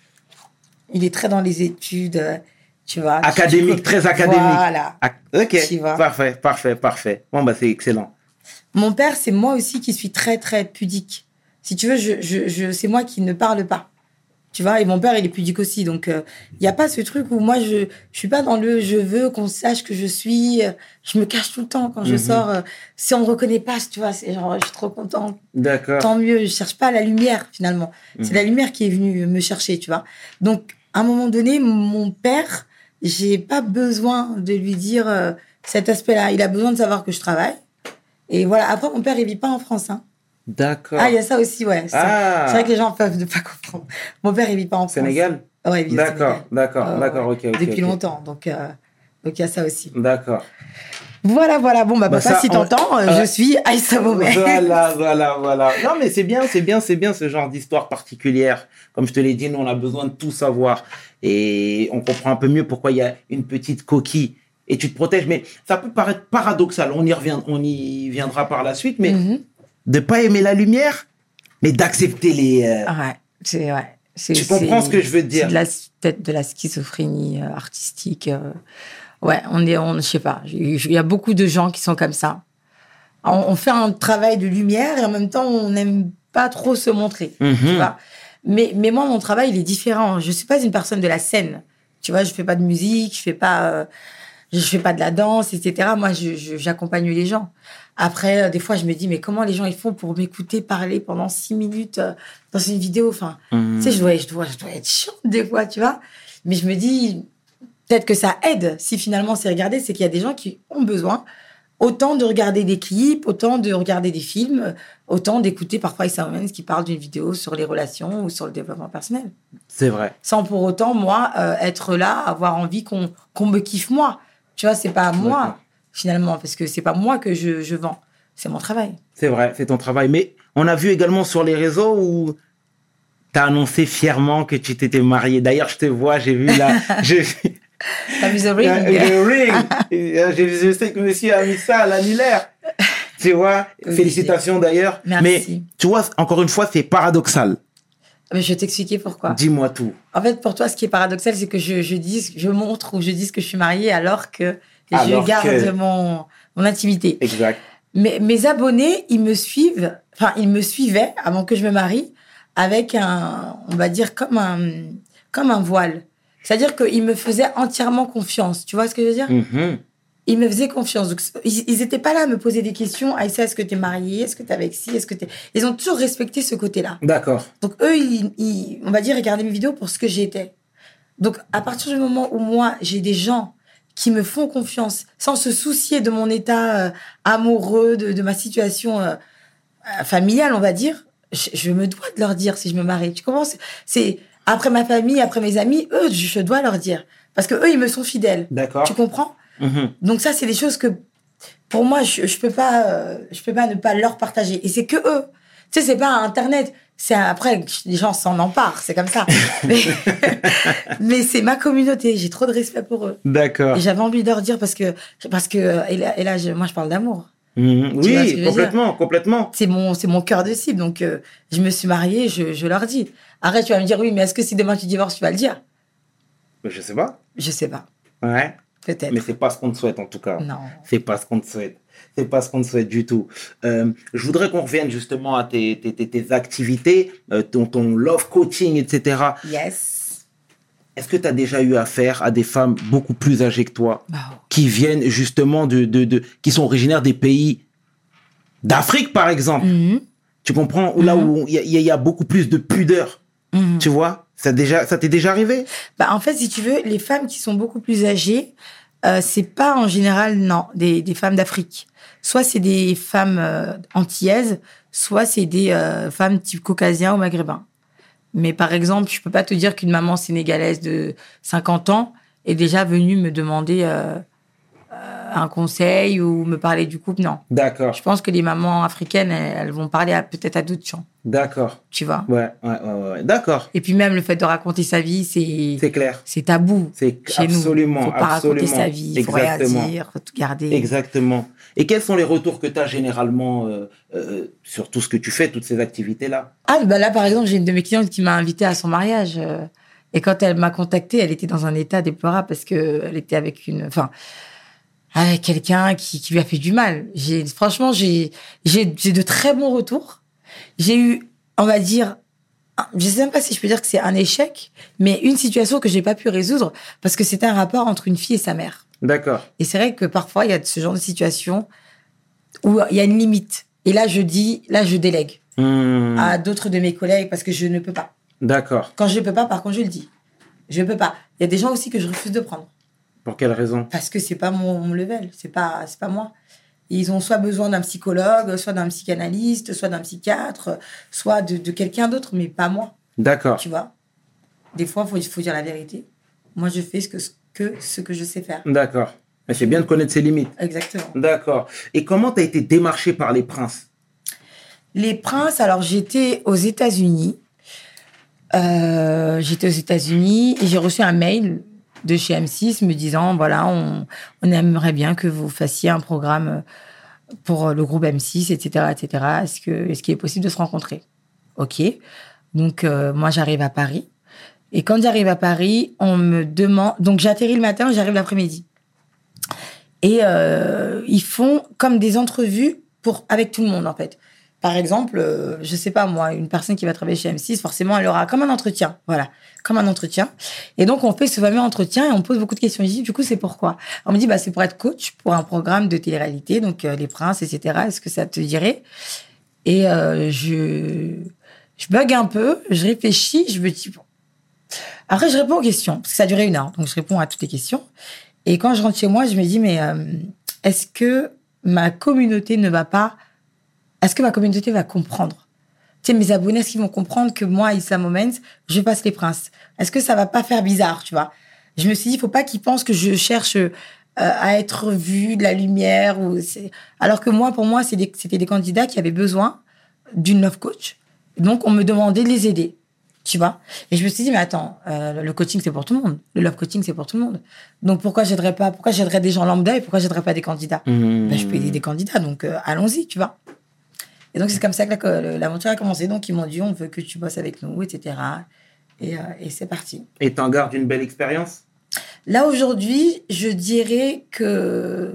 Il est très dans les études, euh, tu vois. Académique, Tu- très académique. Voilà. Ah, ok. Tu vois. Parfait, parfait, parfait. Bon, bah, c'est excellent. Mon père, c'est moi aussi qui suis très, très pudique. Si tu veux, je, je, je, c'est moi qui ne parle pas. Tu vois, et mon père, il est pudique aussi. Donc, il n'y a pas ce truc où moi, je ne suis pas dans le « je veux qu'on sache que je suis euh, ». Je me cache tout le temps quand je Mhm. sors. euh, si on me reconnaît pas, tu vois, c'est genre, je suis trop contente. D'accord. Tant mieux, je cherche pas la lumière, finalement. C'est Mhm. la lumière qui est venue me chercher, tu vois. Donc, à un moment donné, mon père, j'ai pas besoin de lui dire euh, cet aspect-là. Il a besoin de savoir que je travaille. Et voilà. Après, mon père, il vit pas en France, hein. D'accord. Ah, il y a ça aussi, ouais. C'est Ah. c'est vrai que les gens peuvent ne pas comprendre. Mon père, il vit pas en France. Sénégal? Ouais, il vit au D'accord, Sénégal. d'accord, Ouais, d'accord, ouais. ok, ok. Depuis ok. longtemps. Donc, euh, donc il y a ça aussi. D'accord. Voilà, voilà. Bon, bah, Bah, papa, ça, si on- t'entends, euh, Ouais. je suis Aïssa Momens. Voilà, voilà, voilà. Non, mais c'est bien, c'est bien, c'est bien ce genre d'histoire particulière. Comme je te l'ai dit, nous, on a besoin de tout savoir. Et on comprend un peu mieux pourquoi il y a une petite coquille et tu te protèges. Mais ça peut paraître paradoxal. On y revient, on y viendra par la suite. Mais Mhm. de pas aimer la lumière, mais d'accepter les. euh, Ouais, c'est ouais. C'est, Tu comprends c'est- ce que je veux te dire? C'est de la, peut-être de la schizophrénie euh, artistique. euh. Ouais, on est, on, je sais pas. Il y a beaucoup de gens qui sont comme ça. On, on fait un travail de lumière et en même temps, on n'aime pas trop se montrer. Mhm. Tu vois. Mais, mais moi, mon travail, il est différent. Je suis pas une personne de la scène. Tu vois, je fais pas de musique, je fais pas, euh, je fais pas de la danse, et cetera. Moi, je, je- j'accompagne les gens. Après, euh, des fois, je me dis, mais comment les gens ils font pour m'écouter parler pendant six minutes euh, dans une vidéo? Enfin, Mhm. tu sais, je dois, je dois, je dois être chiante des fois, tu vois. Mais je me dis, peut-être que ça aide. Si finalement c'est regardé, c'est qu'il y a des gens qui ont besoin autant de regarder des clips, autant de regarder des films, autant d'écouter parfois Issa Owens qui parle d'une vidéo sur les relations ou sur le développement personnel. C'est vrai. Sans pour autant, moi, euh, être là, avoir envie qu'on, qu'on me kiffe moi. Tu vois, c'est pas moi, D'accord. finalement, parce que c'est pas moi que je, je vends. C'est mon travail. C'est vrai, c'est ton travail. Mais on a vu également sur les réseaux où tu as annoncé fièrement que tu t'étais marié. D'ailleurs, je te vois, j'ai vu là. j'ai vu T'as vu The Ring? le ring. Et, euh, j'ai- Je sais que monsieur a mis ça à l'annulaire. Tu vois, Oui, félicitations d'ailleurs. Merci. Mais tu vois, encore une fois, c'est paradoxal. Mais je vais t'expliquer pourquoi. Dis-moi tout. En fait, pour toi, ce qui est paradoxal, c'est que je, je dis, je montre ou je dis que je suis mariée alors que Alors je garde que- mon, mon intimité. Exact. Mais mes abonnés, ils me suivent, enfin, ils me suivaient avant que je me marie avec un, on va dire, comme un, comme un voile. C'est-à-dire qu'ils me faisaient entièrement confiance. Tu vois ce que je veux dire? Mhm. Ils me faisaient confiance. Donc, ils, ils étaient pas là à me poser des questions. Aïssa, est-ce que t'es mariée? Est-ce que t'es avec ci? Est-ce que t'es... Ils ont toujours respecté ce côté-là. D'accord. Donc, eux, ils, ils- on va dire, regardaient mes vidéos pour ce que j'étais. Donc, à partir du moment où moi, j'ai des gens qui me font confiance, sans se soucier de mon état euh, amoureux, de, de ma situation euh, euh, familiale, on va dire, je, je me dois de leur dire si je me marie. Tu comprends? C'est, c'est après ma famille, après mes amis, eux, je, je dois leur dire. Parce que eux, ils me sont fidèles. D'accord. Tu comprends? Mhm. Donc ça, c'est des choses que, pour moi, je, je peux pas, euh, je peux pas ne pas leur partager. Et c'est que eux. Tu sais, c'est pas Internet. C'est après, les gens s'en emparent. C'est comme ça. mais, mais c'est ma communauté. J'ai trop de respect pour eux. D'accord. Et j'avais envie de leur dire parce que, parce que, et là, et là, je- moi, je parle d'amour. Mhm. Tu vois ce que je Oui, veux complètement, complètement. C'est mon, c'est mon cœur de cible. Donc, euh, je me suis mariée, je, je leur dis. Après, tu vas me dire, oui, mais est-ce que si demain tu divorces, tu vas le dire? Je sais pas. Je sais pas. Ouais. Peut-être. Mais c'est pas ce qu'on te souhaite en tout cas. Non. C'est pas ce qu'on te souhaite. C'est pas ce qu'on te souhaite du tout. Euh, je voudrais qu'on revienne justement à tes, tes, tes, tes activités, euh, ton, ton love coaching, et cetera. Yes. Est-ce que tu as déjà eu affaire à des femmes beaucoup plus âgées que toi, Wow. qui viennent justement de, de, de qui sont originaires des pays d'Afrique par exemple, Mhm. tu comprends, où là Mhm. où il y, a- il y a beaucoup plus de pudeur, Mhm. tu vois, ça déjà, ça t'est déjà arrivé? Bah, en fait, si tu veux, les femmes qui sont beaucoup plus âgées, euh, c'est pas en général, non, des, des femmes d'Afrique. Soit c'est des femmes euh, antillaises, soit c'est des euh, femmes type caucasien ou maghrébin. Mais par exemple, je peux pas te dire qu'une maman sénégalaise de cinquante ans est déjà venue me demander euh, euh, un conseil ou me parler du couple. Non. D'accord, Je pense que les mamans africaines, elles, elles vont parler à, peut-être à d'autres gens, d'accord, tu vois. ouais, ouais, ouais, ouais. D'accord, Et puis même le fait de raconter sa vie, c'est c'est clair. c'est tabou. C'est Chez absolument, nous, faut pas absolument. raconter sa vie, faut rien Exactement. dire, faut tout garder. Exactement. Et quels sont les retours que tu as généralement euh, euh, sur tout ce que tu fais, toutes ces activités-là? Ah, bah là, par exemple, j'ai une de mes clientes qui m'a invitée à son mariage. euh, Et quand elle m'a contactée, elle était dans un état déplorable parce que elle était avec une, enfin, avec quelqu'un qui, qui lui a fait du mal. J'ai, franchement, j'ai, j'ai, j'ai de très bons retours. J'ai eu, on va dire, un- je sais même pas si je peux dire que c'est un échec, mais une situation que j'ai pas pu résoudre parce que c'était un rapport entre une fille et sa mère. D'accord. Et c'est vrai que parfois, il y a ce genre de situation où il y a une limite. Et là, je dis, là, je délègue Hmm. à d'autres de mes collègues parce que je ne peux pas. D'accord. Quand je ne peux pas, par contre, je le dis. Je ne peux pas. Il y a des gens aussi que je refuse de prendre Pour quelle raison? parce que c'est pas mon, mon level, c'est pas, c'est pas moi. Ils ont soit besoin d'un psychologue, soit d'un psychanalyste, soit d'un psychiatre, soit de, de quelqu'un d'autre, mais pas moi. D'accord. Tu vois. Des fois, il faut, faut dire la vérité. Moi, je fais ce que, que ce que je sais faire. D'accord. Mais c'est bien de connaître ses limites. Exactement. D'accord. Et comment tu as été démarché par les princes? Les princes, alors j'étais aux États-Unis. Euh, j'étais aux États-Unis et j'ai reçu un mail de chez M six me disant, voilà, on, on aimerait bien que vous fassiez un programme pour le groupe M six, et cetera, et cetera. Est-ce que, est-ce qu'il est possible de se rencontrer? OK. Donc, euh, moi, j'arrive à Paris. Et quand j'arrive à Paris, on me demande... Donc, j'atterris le matin, j'arrive l'après-midi. Et euh, ils font comme des entrevues pour, avec tout le monde, en fait. Par exemple, euh, je sais pas moi, une personne qui va travailler chez M six, forcément, elle aura comme un entretien. Voilà, comme un entretien. Et donc, on fait ce fameux entretien et on pose beaucoup de questions. Je dis, du coup, c'est pourquoi? On me dit, bah, c'est pour être coach pour un programme de télé-réalité, donc euh, Les Princes, et cetera. Est-ce que ça te dirait? Et euh, je, je bug un peu, je réfléchis, je me dis, bon. Après, je réponds aux questions, parce que ça a duré une heure. Donc, je réponds à toutes les questions. Et quand je rentre chez moi, je me dis, mais euh, est-ce que ma communauté ne va pas... Est-ce que ma communauté va comprendre? Tu sais, mes abonnés, est-ce qu'ils vont comprendre que moi, Aïssa Moments, je passe Les Princes? Est-ce que ça va pas faire bizarre, tu vois? Je me suis dit, il faut pas qu'ils pensent que je cherche euh, à être vue, de la lumière. Ou c'est... Alors que moi, pour moi, c'est des, c'était des candidats qui avaient besoin d'une love coach. Donc, on me demandait de les aider, tu vois? Et je me suis dit, mais attends, euh, le coaching, c'est pour tout le monde. Le love coaching, c'est pour tout le monde. Donc, pourquoi j'aiderais pas, pourquoi j'aiderais des gens lambda et pourquoi j'aiderais pas des candidats? Mmh. Ben, je peux aider des candidats, donc euh, allons-y, tu vois? Et donc, c'est comme ça que la, l'aventure a commencé. Donc, ils m'ont dit, on veut que tu bosses avec nous, et cetera. Et, euh, et c'est parti. Et t'en gardes une belle expérience? Là, aujourd'hui, je dirais que...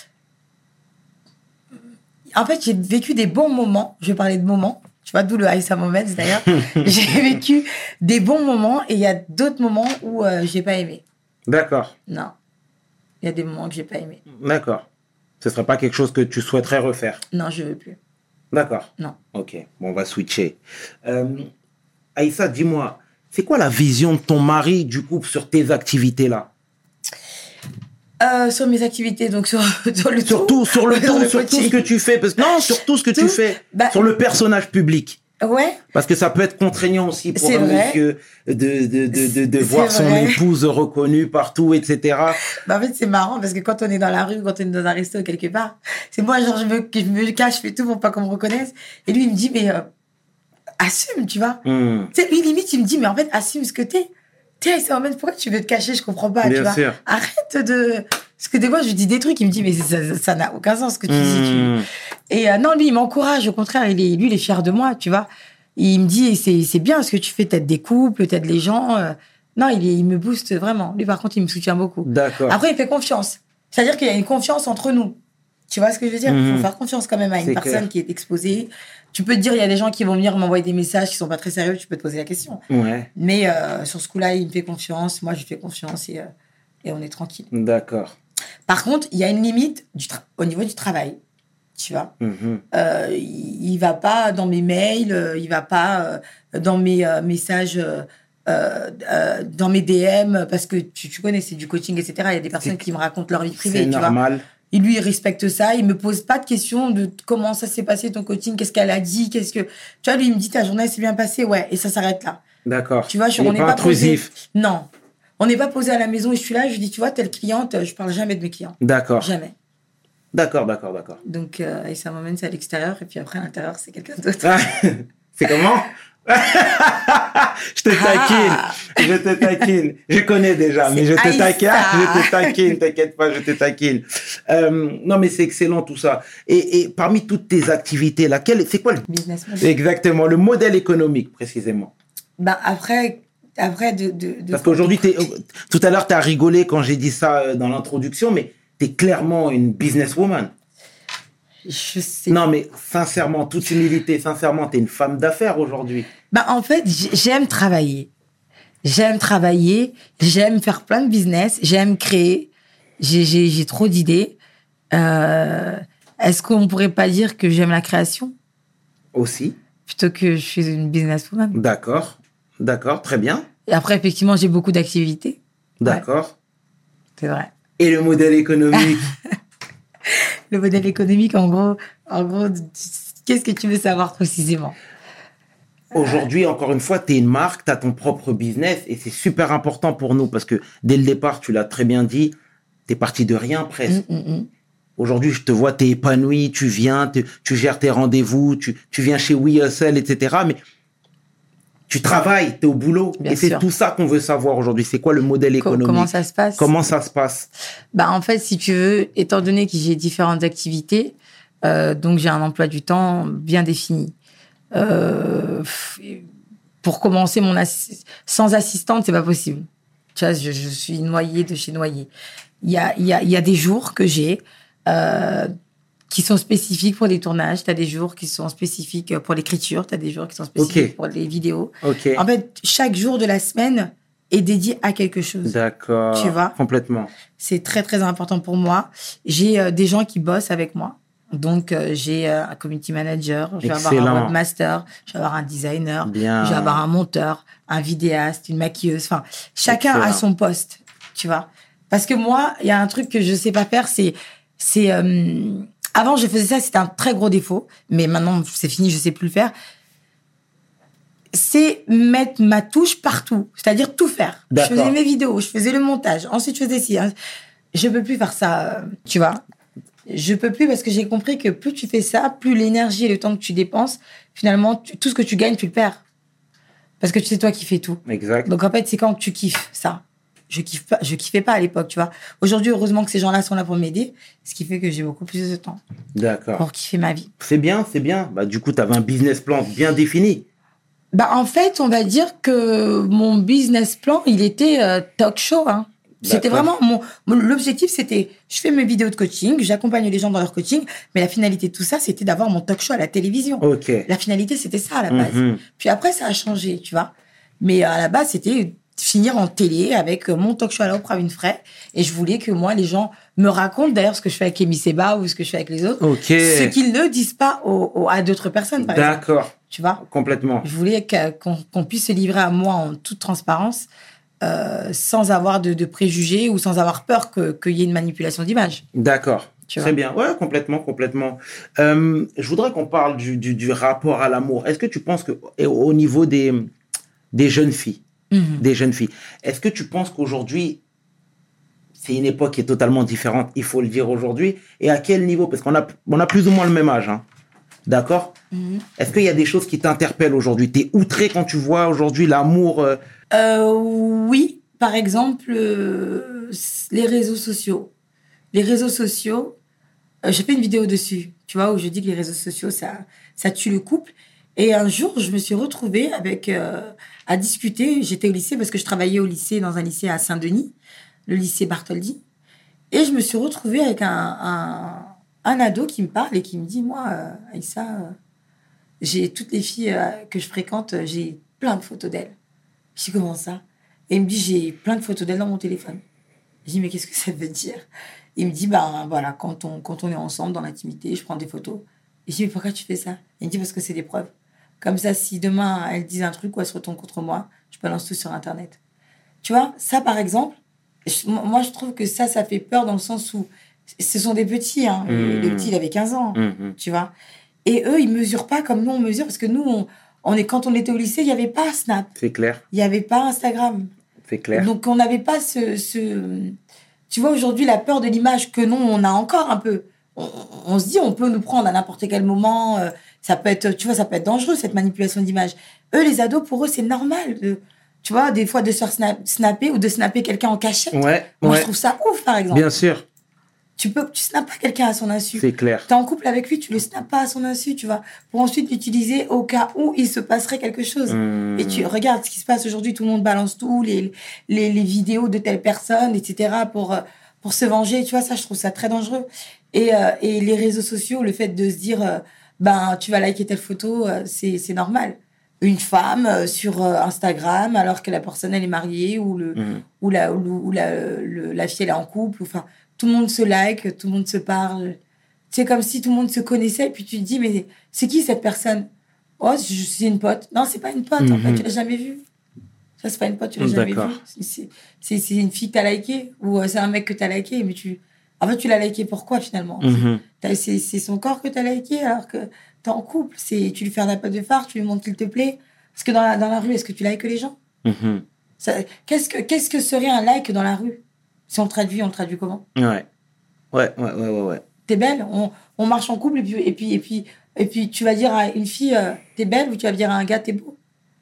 En fait, j'ai vécu des bons moments. Je vais parler de moments. Tu vois, d'où le Aïssa Moments, d'ailleurs. J'ai vécu des bons moments et il y a d'autres moments où euh, j'ai pas aimé. D'accord. Non. Il y a des moments que j'ai pas aimé. D'accord. Ce serait pas quelque chose que tu souhaiterais refaire? Non, je veux plus. D'accord. Non. Ok, bon, on va switcher. Euh, Aïssa, dis-moi, c'est quoi la vision de ton mari, du coup, sur tes activités-là? Euh, sur mes activités, donc sur, sur le Surtout, tout, sur le sur tout, le sur tout coaching. ce que tu fais. Parce que, non, sur tout ce que Tout. tu fais. Bah, sur le personnage public. Ouais. Parce que ça peut être contraignant aussi pour C'est un vrai. monsieur de, de, de, de, de C'est voir son vrai. épouse reconnue partout, et cetera. Bah, en fait, c'est marrant parce que quand on est dans la rue, quand on est dans un resto quelque part, c'est moi, genre, je me, je me cache, je fais tout pour pas qu'on me reconnaisse. Et lui, il me dit, mais euh, assume, tu vois. Hmm. Tu sais, lui, limite, il me dit, mais en fait, assume ce que t'es. Tu sais, c'est en même pourquoi tu veux te cacher, je comprends pas, Bien tu vois. sûr. Arrête de... Parce que des fois, je lui dis des trucs, il me dit, mais ça, ça n'a aucun sens ce que tu dis. Hmm. Tu... Et euh, non, lui, il m'encourage, au contraire, il est, lui, il est fier de moi, tu vois. Il me dit, c'est, c'est bien ce que tu fais, t'aides des couples, t'aides les gens. euh. Non, il, est, il me booste vraiment. Lui, par contre, il me soutient beaucoup. D'accord. Après, il fait confiance. C'est-à-dire qu'il y a une confiance entre nous. Tu vois ce que je veux dire? Il Mhm. faut faire confiance quand même à une C'est personne clair. qui est exposée. Tu peux te dire, il y a des gens qui vont venir m'envoyer des messages qui sont pas très sérieux, tu peux te poser la question. Ouais, Mais euh, sur ce coup-là, il me fait confiance, moi, je lui fais confiance et, euh, et on est tranquille. d'accord. Par contre, il y a une limite du tra- au niveau du travail. Tu vois? Mhm. Euh, il, il va pas dans mes mails, euh, il va pas euh, dans mes euh, messages, euh, euh, euh, dans mes D M, parce que tu, tu connais, c'est du coaching, et cetera. Il y a des personnes C'est- qui me racontent leur vie privée, C'est tu vois. normal. Et lui, il respecte ça. Il me pose pas de questions de comment ça s'est passé ton coaching, qu'est-ce qu'elle a dit, qu'est-ce que... Tu vois, lui, il me dit, ta journée s'est bien passée, ouais, et ça s'arrête là. D'accord. Tu vois, je, Il on n'est n'est pas pas posé... intrusif. Non. On n'est pas posé à la maison et je suis là, je lui dis, tu vois, telle cliente, je parle jamais de mes clients. D'accord. Jamais. D'accord, d'accord, d'accord. Donc, euh, et ça m'emmène, c'est à l'extérieur, et puis après, à l'intérieur, c'est quelqu'un d'autre. Ah, c'est comment? Je te taquine, Ah. je te taquine. Je connais déjà, mais je te Aïssa. taquine, je te taquine, t'inquiète pas, je te taquine. Euh, non, mais c'est excellent tout ça. Et, et parmi toutes tes activités, laquelle, c'est quoi le... Business model. Exactement, le modèle économique précisément? Bah, après, après de, de, de... Parce qu'aujourd'hui, t'es- tout à l'heure, tu as rigolé quand j'ai dit ça euh, dans l'introduction, mais tu es clairement une businesswoman. Je sais. Non, mais sincèrement, toute humilité, sincèrement, tu es une femme d'affaires aujourd'hui. Bah, en fait, j- j'aime travailler. J'aime travailler, j'aime faire plein de business, j'aime créer. J'ai, j'ai, j'ai trop d'idées. Euh, est-ce qu'on pourrait pas dire que j'aime la création Aussi. plutôt que je suis une businesswoman? D'accord. D'accord, très bien. Et après, effectivement, j'ai beaucoup d'activités. D'accord. C'est vrai. Et le modèle économique? Le modèle économique, en gros, en gros, qu'est-ce que tu veux savoir précisément? Aujourd'hui, encore une fois, tu es une marque, tu as ton propre business et c'est super important pour nous parce que dès le départ, tu l'as très bien dit, tu es parti de rien presque. Mm, mm, mm. Aujourd'hui, je te vois, tu es épanoui, tu viens, tu, tu gères tes rendez-vous, tu, tu viens chez We Hustle, et cetera. Mais tu travailles, tu es au boulot. Bien et c'est sûr. tout ça qu'on veut savoir aujourd'hui. C'est quoi le modèle Co- économique? Comment ça se passe? Comment ça se passe? Bah, en fait, si tu veux, étant donné que j'ai différentes activités, euh, donc j'ai un emploi du temps bien défini. Euh, pour commencer, mon assi- sans assistante, c'est pas possible. Tu vois, je, je suis noyée de chez noyée. Il y a, il y a, il y a des jours que j'ai euh, qui sont spécifiques pour les tournages. Tu as des jours qui sont spécifiques pour l'écriture. Tu as des jours qui sont spécifiques Ok. pour les vidéos. Ok. En fait, chaque jour de la semaine est dédié à quelque chose. D'accord. Tu vois? Complètement. C'est très, très important pour moi. J'ai euh, des gens qui bossent avec moi. Donc, euh, j'ai euh, un community manager, je vais avoir Excellent. un webmaster, je vais avoir un designer, Bien. je vais avoir un monteur, un vidéaste, une maquilleuse. Enfin, chacun Excellent. a son poste, tu vois. Parce que moi, il y a un truc que je sais pas faire, c'est... c'est euh, avant, je faisais ça, c'était un très gros défaut. Mais maintenant, c'est fini, je sais plus le faire. C'est mettre ma touche partout. C'est-à-dire tout faire. Je D'accord. faisais mes vidéos, je faisais le montage. Ensuite, je faisais ci. Hein. Je peux plus faire ça, euh, tu vois. Je peux plus parce que j'ai compris que plus tu fais ça, plus l'énergie et le temps que tu dépenses, finalement, tu- tout ce que tu gagnes, tu le perds. Parce que c'est toi qui fais tout. Exact. Donc, en fait, c'est quand tu kiffes ça. Je kiffe pas, je kiffais pas à l'époque, tu vois. Aujourd'hui, heureusement que ces gens-là sont là pour m'aider, ce qui fait que j'ai beaucoup plus de temps D'accord. pour kiffer ma vie. C'est bien, c'est bien. Bah, du coup, tu avais un business plan bien défini. Bah, en fait, on va dire que mon business plan, il était euh, talk show, hein. C'était D'accord. vraiment mon, mon- l'objectif, c'était, je fais mes vidéos de coaching, j'accompagne les gens dans leur coaching, mais la finalité de tout ça, c'était d'avoir mon talk show à la télévision. Ok. La finalité, c'était ça à la base. Mhm. Puis après, ça a changé, tu vois. Mais à la base, c'était finir en télé avec mon talk show à la Oprah Winfrey. Et je voulais que moi, les gens me racontent d'ailleurs ce que je fais avec Amy Seba ou ce que je fais avec les autres. Ok. Ce qu'ils ne disent pas aux- aux- à d'autres personnes, par exemple. D'accord. Tu vois. Complètement. Je voulais que- qu'on qu'on puisse se livrer à moi en toute transparence, euh, sans avoir de, de préjugés ou sans avoir peur que- qu'il y ait une manipulation d'image. D'accord. Tu Très vois. bien. Ouais, complètement, complètement. Euh, je voudrais qu'on parle du, du, du rapport à l'amour. Est-ce que tu penses que, et au niveau des, des jeunes filles, Mhm. des jeunes filles, est-ce que tu penses qu'aujourd'hui, c'est une époque qui est totalement différente, il faut le dire aujourd'hui, et à quel niveau? Parce qu'on a, on a plus ou moins le même âge, hein. D'accord? Mhm. Est-ce qu'il y a des choses qui t'interpellent aujourd'hui? T'es outré quand tu vois aujourd'hui l'amour euh, Euh, oui, par exemple, euh, les réseaux sociaux. Les réseaux sociaux, euh, j'ai fait une vidéo dessus, tu vois, où je dis que les réseaux sociaux, ça, ça tue le couple. Et un jour, je me suis retrouvée avec, euh, à discuter. J'étais au lycée parce que je travaillais au lycée, dans un lycée à Saint-Denis, le lycée Bartholdi. Et je me suis retrouvée avec un, un, un ado qui me parle et qui me dit, moi, euh, Aïssa, euh, j'ai toutes les filles euh, que je fréquente, euh, j'ai plein de photos d'elles. Je dis, comment ça? Et il me dit, j'ai plein de photos d'elle dans mon téléphone. Je dis, mais qu'est-ce que ça veut dire? Il me dit, ben voilà, quand on, quand on est ensemble dans l'intimité, je prends des photos. Et je dis, mais pourquoi tu fais ça? Il me dit, parce que c'est des preuves. Comme ça, si demain, elle dit un truc ou elle se retourne contre moi, je balance tout sur Internet. Tu vois, ça, par exemple, je- moi, je trouve que ça, ça fait peur dans le sens où ce sont des petits. Hein. Mmh. Le petit, il avait quinze ans, mhm. tu vois. Et eux, ils mesurent pas comme nous, on mesure. Parce que nous, on, on est, quand on était au lycée, il n'y avait pas Snap, C'est clair, il n'y avait pas Instagram. c'est clair. Donc, on n'avait pas ce, ce... Tu vois, aujourd'hui, la peur de l'image que nous, on a encore un peu. On, on se dit, on peut nous prendre à n'importe quel moment. euh, ça peut être, tu vois, ça peut être dangereux, cette manipulation d'image. Eux, les ados, pour eux, c'est normal. De, tu vois, des fois, de se faire snap- snapper ou de snapper quelqu'un en cachette. Ouais, Moi, ouais, je trouve ça ouf, par exemple. bien sûr, Tu peux, tu snappes pas quelqu'un à son insu. c'est clair. T'es en couple avec lui, tu le snappes pas à son insu, tu vois, pour ensuite l'utiliser au cas où il se passerait quelque chose. Mmh. Et tu regardes ce qui se passe aujourd'hui, tout le monde balance tout, les, les, les vidéos de telle personne, et cetera, pour, euh, pour se venger. Tu vois, ça, je trouve ça très dangereux. Et, euh, et les réseaux sociaux, le fait de se dire, euh, ben, tu vas liker telle photo, euh, c'est, c'est normal. Une femme euh, sur euh, Instagram, alors que la personne, elle est mariée, ou, le, Mmh. ou, la, ou, ou la, le- la fille, elle est en couple, enfin, tout le monde se like, tout le monde se parle. C'est comme si tout le monde se connaissait, et puis tu te dis, mais c'est qui cette personne? Oh, c'est c'est une pote. Non, c'est pas une pote, en Mhm. fait, tu l'as jamais vue. Ça, c'est pas une pote, tu l'as jamais D'accord. vue. C'est- c'est- C'est c'est une fille que t'as liké, ou euh, c'est un mec que t'as liké, mais tu. En fait, tu l'as liké pourquoi finalement? Mhm. T'as- C'est c'est son corps que t'as liké, alors que t'es en couple. C'est Tu lui fais un appel de phare, tu lui montres qu'il te plaît. Parce que dans la, dans la rue, est-ce que tu likes les gens? Mhm. Ça- Qu'est-ce que Qu'est-ce que serait un like dans la rue? Si on le traduit, on le traduit comment? Ouais. Ouais, ouais, ouais, ouais, ouais. T'es belle, on, on marche en couple et puis, et puis, et puis, et puis tu vas dire à une fille, euh, t'es belle, ou tu vas dire à un gars, t'es beau.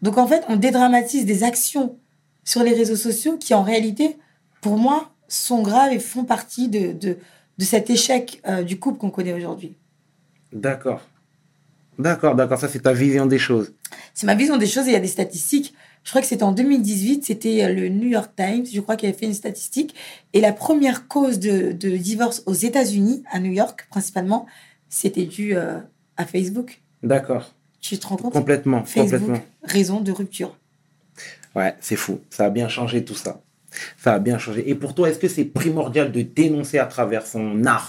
Donc, en fait, on dédramatise des actions sur les réseaux sociaux qui, en réalité, pour moi, sont graves et font partie de, de, de cet échec euh, du couple qu'on connaît aujourd'hui. D'accord. D'accord, d'accord. Ça, c'est ta vision des choses. C'est ma vision des choses et il y a des statistiques. Je crois que c'était en deux mille dix-huit, c'était le New York Times, je crois, qui avait fait une statistique. Et la première cause de, de divorce aux États-Unis, à New York principalement, c'était dû euh, à Facebook. D'accord. Tu te rends compte ? Complètement, Facebook, complètement. raison de rupture. Ouais, c'est fou. Ça a bien changé tout ça. Ça a bien changé. Et pour toi, est-ce que c'est primordial de dénoncer à travers son art ?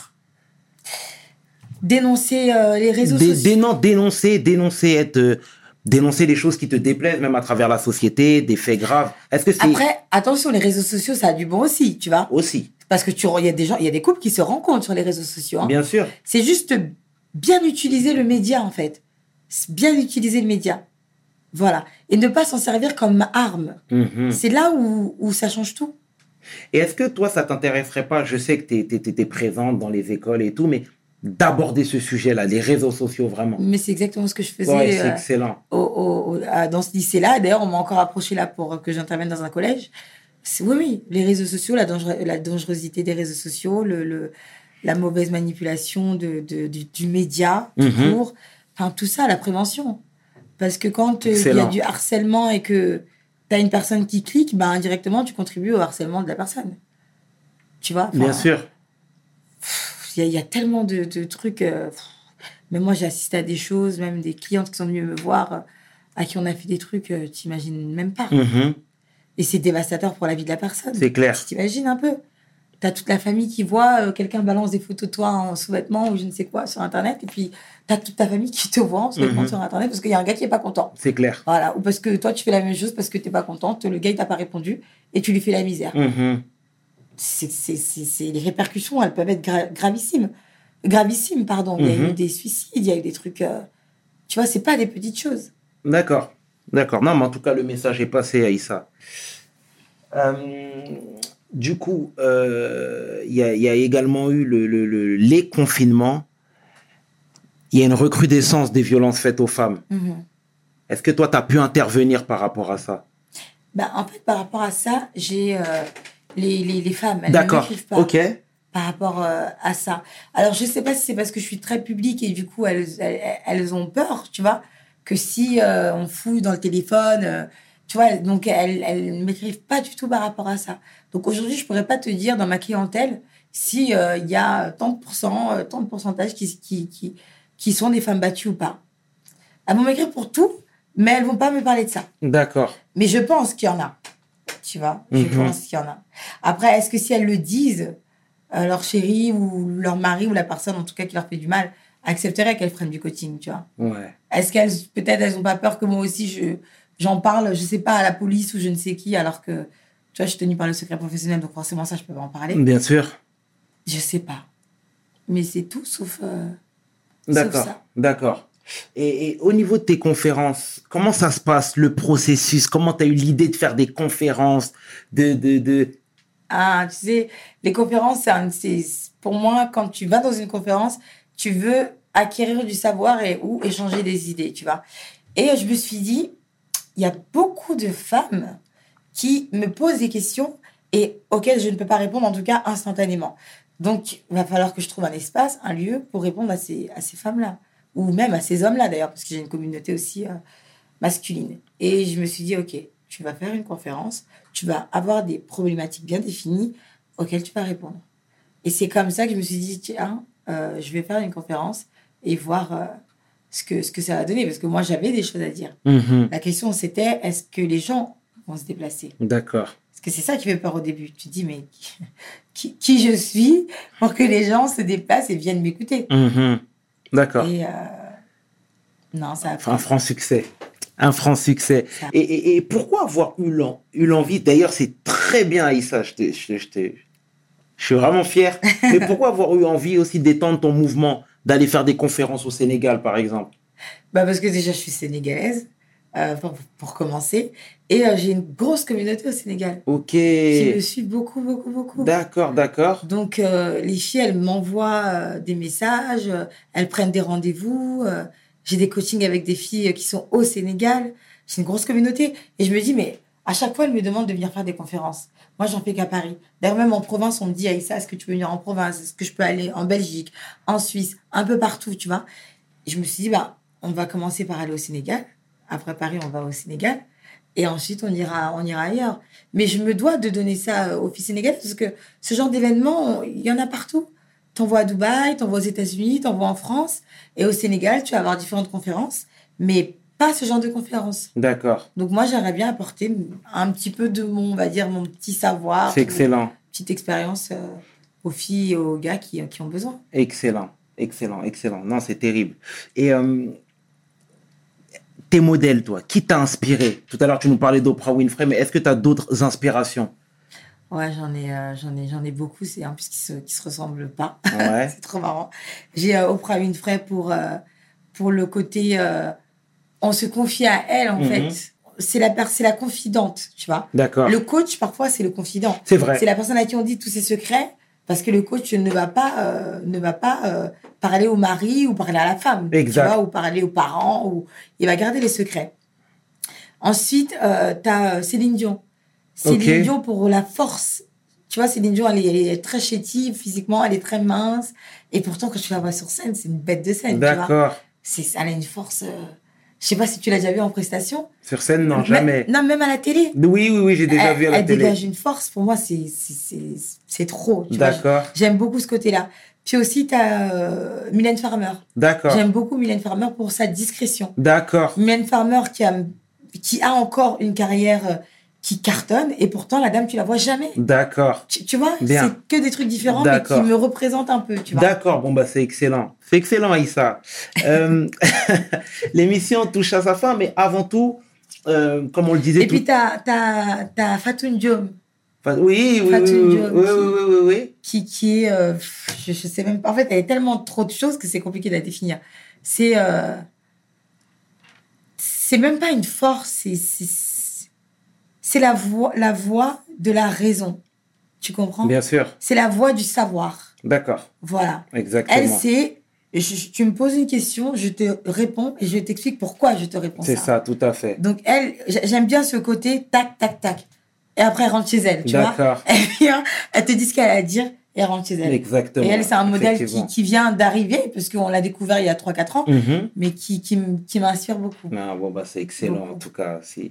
Dénoncer euh, les réseaux Dé- sociaux. dénon- dénoncer, dénoncer, être, euh, dénoncer les choses qui te déplaisent, même à travers la société, des faits graves. Est-ce que c'est Après, attention, les réseaux sociaux, ça a du bon aussi, tu vois. aussi, Parce que tu, il y a des gens, il y a des couples qui se rencontrent sur les réseaux sociaux. Hein. bien sûr. C'est juste bien utiliser le média, en fait. C'est bien utiliser le média. Voilà. Et ne pas s'en servir comme arme. Mhm. C'est là où, où ça change tout. Et est-ce que toi, ça t'intéresserait pas, je sais que tu es présente dans les écoles et tout, mais d'aborder ce sujet-là, les réseaux sociaux, vraiment. Mais c'est exactement ce que je faisais Ouais, c'est euh, excellent. au, au, au- à- dans ce lycée-là. D'ailleurs, on m'a encore approché là pour que j'intervienne dans un collège. C'est, oui, oui, les réseaux sociaux, la, dangereux- la dangerosité des réseaux sociaux, le, le, la mauvaise manipulation de, de, du, du média, tout Mhm. court. Enfin, tout ça, la prévention. Parce que quand euh, il y a Excellent. du harcèlement et que tu as une personne qui clique, ben, indirectement, tu contribues au harcèlement de la personne. Tu vois Enfin, Bien sûr. Il y, a- il y a tellement de, de trucs. euh, pff. Même moi, j'ai assisté à des choses, même des clientes qui sont venues me voir, euh, à qui on a fait des trucs, euh, t'imagines même pas. Mhm. Et c'est dévastateur pour la vie de la personne. C'est clair. Tu t'imagines un peu. T'as toute la famille qui voit, euh, quelqu'un balance des photos de toi en sous-vêtements ou je ne sais quoi sur Internet, et puis t'as toute ta famille qui te voit en sous-vêtements Mhm. sur Internet parce qu'il y a un gars qui est pas content. C'est clair. Voilà. Ou parce que toi, tu fais la même chose parce que t'es pas contente, le gars, il t'a pas répondu, et tu lui fais la misère. Mhm. C'est, c'est, c'est, c'est- les répercussions, elles peuvent être gra- gravissimes. Gravissimes, pardon. Il y a Mhm. eu des suicides, il y a eu des trucs. euh, Tu vois, c'est pas des petites choses. D'accord. D'accord. Non, mais en tout cas, le message est passé, Aïssa. Euh, du coup, euh, il y, a, il y a également eu le, le- le- les confinements. Il y a une recrudescence des violences faites aux femmes. Est-ce que toi, tu as pu intervenir par rapport à ça? Bah, en fait, par rapport à ça, j'ai euh, les, les, les femmes, elles ne D'accord. m'écrivent pas Ok. par rapport euh, à ça. Alors, je sais pas si c'est parce que je suis très publique et du coup, elles, elles, elles ont peur, tu vois, que si euh, on fouille dans le téléphone, euh, tu vois, donc elles, elles ne m'écrivent pas du tout par rapport à ça. Donc aujourd'hui, je pourrais pas te dire dans ma clientèle si euh, il y a tant de pourcents, euh, tant de pourcentages qui, qui, qui, qui sont des femmes battues ou pas. Elles vont m'écrire pour tout, mais elles vont pas me parler de ça. D'accord. Mais je pense qu'il y en a. Tu vois, je Mhm. pense qu'il y en a. Après, est-ce que si elles le disent, euh, leur chéri ou leur mari ou la personne, en tout cas, qui leur fait du mal, accepterait qu'elles prennent du coaching, tu vois? Ouais. Est-ce qu'elles, peut-être, elles n'ont pas peur que moi aussi, je, j'en parle, je sais pas, à la police ou je ne sais qui, alors que, tu vois, je suis tenue par le secret professionnel, donc forcément, ça, je peux pas en parler. Bien sûr. Je sais pas. Mais c'est tout sauf, euh, D'accord. sauf ça. D'accord. Et, et au niveau de tes conférences, comment ça se passe, le processus? Comment tu as eu l'idée de faire des conférences de, de, de... Ah, tu sais, les conférences, c'est, un- c'est pour moi, quand tu vas dans une conférence, tu veux acquérir du savoir et ou échanger des idées, tu vois. Et je me suis dit, il y a beaucoup de femmes qui me posent des questions et auxquelles je ne peux pas répondre, en tout cas instantanément. Donc, il va falloir que je trouve un espace, un lieu pour répondre à ces, à ces femmes-là. Ou même à ces hommes-là, d'ailleurs, parce que j'ai une communauté aussi euh, masculine. Et je me suis dit, OK, tu vas faire une conférence, tu vas avoir des problématiques bien définies auxquelles tu vas répondre. Et c'est comme ça que je me suis dit, tiens, euh, je vais faire une conférence et voir euh, ce, que, ce que ça va donner. Parce que moi, j'avais des choses à dire. Mhm. La question, c'était, est-ce que les gens vont se déplacer? D'accord. Parce que c'est ça qui fait peur au début. Tu te dis, mais qui, qui, qui je suis pour que les gens se déplacent et viennent m'écouter? Mhm. D'accord. Et euh, non, ça a Un franc succès. Un franc succès. Ça. Et, et, et pourquoi avoir eu l'en- eu l'envie? D'ailleurs, c'est très bien, Aïssa. Je, te- je, te- je, te- je suis vraiment fier. Mais pourquoi avoir eu envie aussi d'étendre ton mouvement, d'aller faire des conférences au Sénégal, par exemple? Bah parce que déjà, je suis sénégalaise, euh, pour, pour commencer. Et euh, j'ai une grosse communauté au Sénégal. Ok. Qui me suivent beaucoup, beaucoup, beaucoup. D'accord, d'accord. Donc, euh, les filles, elles m'envoient euh, des messages, euh, elles prennent des rendez-vous. euh, j'ai des coachings avec des filles euh, qui sont au Sénégal. J'ai une grosse communauté. Et je me dis, mais à chaque fois, elle me demande de venir faire des conférences. Moi, j'en fais qu'à Paris. D'ailleurs, même en province, on me dit, Aïssa, est-ce que tu peux venir en province? Est-ce que je peux aller en Belgique, en Suisse, un peu partout, tu vois? Et je me suis dit, bah, on va commencer par aller au Sénégal. Après Paris, on va au Sénégal. Et ensuite, on ira, on ira ailleurs. Mais je me dois de donner ça aux filles sénégalaises parce que ce genre d'événement, il y en a partout. T'envoies à Dubaï, t'envoies aux États-Unis, t'envoies en France. Et au Sénégal, tu vas avoir différentes conférences. Mais pas ce genre de conférences. D'accord. Donc moi, j'aimerais bien apporter un petit peu de mon, on va dire, mon petit savoir. C'est excellent. Petite expérience euh, aux filles et aux gars qui, qui ont besoin. Excellent, excellent, excellent. Non, c'est terrible. Et euh, tes modèles, toi, qui t'a inspiré? Tout à l'heure, tu nous parlais d'Oprah Winfrey, mais est-ce que tu as d'autres inspirations? Ouais, j'en ai, euh, j'en ai, j'en ai beaucoup. C'est en plus qui se, qui se ressemblent pas. Ouais. C'est trop marrant. J'ai euh, Oprah Winfrey pour euh, pour le côté, euh, on se confie à elle en Mm-hmm. fait. C'est la per- c'est la confidente, tu vois. D'accord. Le coach parfois c'est le confident. C'est vrai. C'est la personne à qui on dit tous ses secrets parce que le coach ne va pas euh, ne va pas euh, parler au mari ou parler à la femme, Exact. tu vois, ou parler aux parents, ou il va garder les secrets. Ensuite, euh, t'as euh, Céline Dion. Céline Ok. Dion pour la force. Tu vois, Céline Dion, elle est, elle est très chétive physiquement, elle est très mince. Et pourtant, quand tu la vois sur scène, c'est une bête de scène. Tu vois. D'accord. C'est, elle a une force. Euh... Je sais pas si tu l'as déjà vue en prestation. Sur scène, non, Mais- jamais. Non, même à la télé. Oui, oui, oui, j'ai déjà elle, vu à la elle télé. dégage une force. Pour moi, c'est, c'est, c'est, c'est trop. Tu vois. D'accord. J'aime beaucoup ce côté-là. Puis aussi, tu as Mylène Farmer. D'accord. J'aime beaucoup Mylène Farmer pour sa discrétion. D'accord. Mylène Farmer qui a, qui a encore une carrière euh, qui cartonne et pourtant la dame tu la vois jamais. D'accord. Tu, tu vois, Bien. c'est que des trucs différents mais D'accord. qui me représentent un peu, tu vois. D'accord, bon bah c'est excellent. C'est excellent Aïssa. Euh, l'émission touche à sa fin, mais avant tout, euh, comme on le disait Et puis tout... t'as t'as t'as Fatou Diom Enfin, oui, oui, Fatou oui, oui, Diom oui, qui- oui, oui, oui. qui qui est euh, je, je sais même pas. En fait, elle est tellement trop de choses que c'est compliqué de la définir. C'est euh, c'est même pas une force, c'est c'est c'est la voix la voix de la raison. Tu comprends? Bien sûr. C'est la voix du savoir. D'accord, Voilà. exactement. Elle, c'est... je- je- tu me poses une question, je te réponds et je t'explique pourquoi je te réponds C'est ça. ça, tout à fait. Donc, elle, j'a- j'aime bien ce côté tac, tac, tac. Et après, elle rentre chez elle, tu vois. D'accord. Elle vient, elle te dit ce qu'elle a à dire et elle rentre chez elle. Exactement. Et elle, c'est un modèle qui, Effectivement. qui vient d'arriver, parce qu'on l'a découvert il y a trois quatre ans, Mhm. mais qui, qui, m- qui m'inspire beaucoup. Ah, bon, bah, c'est excellent Beaucoup. en tout cas. Si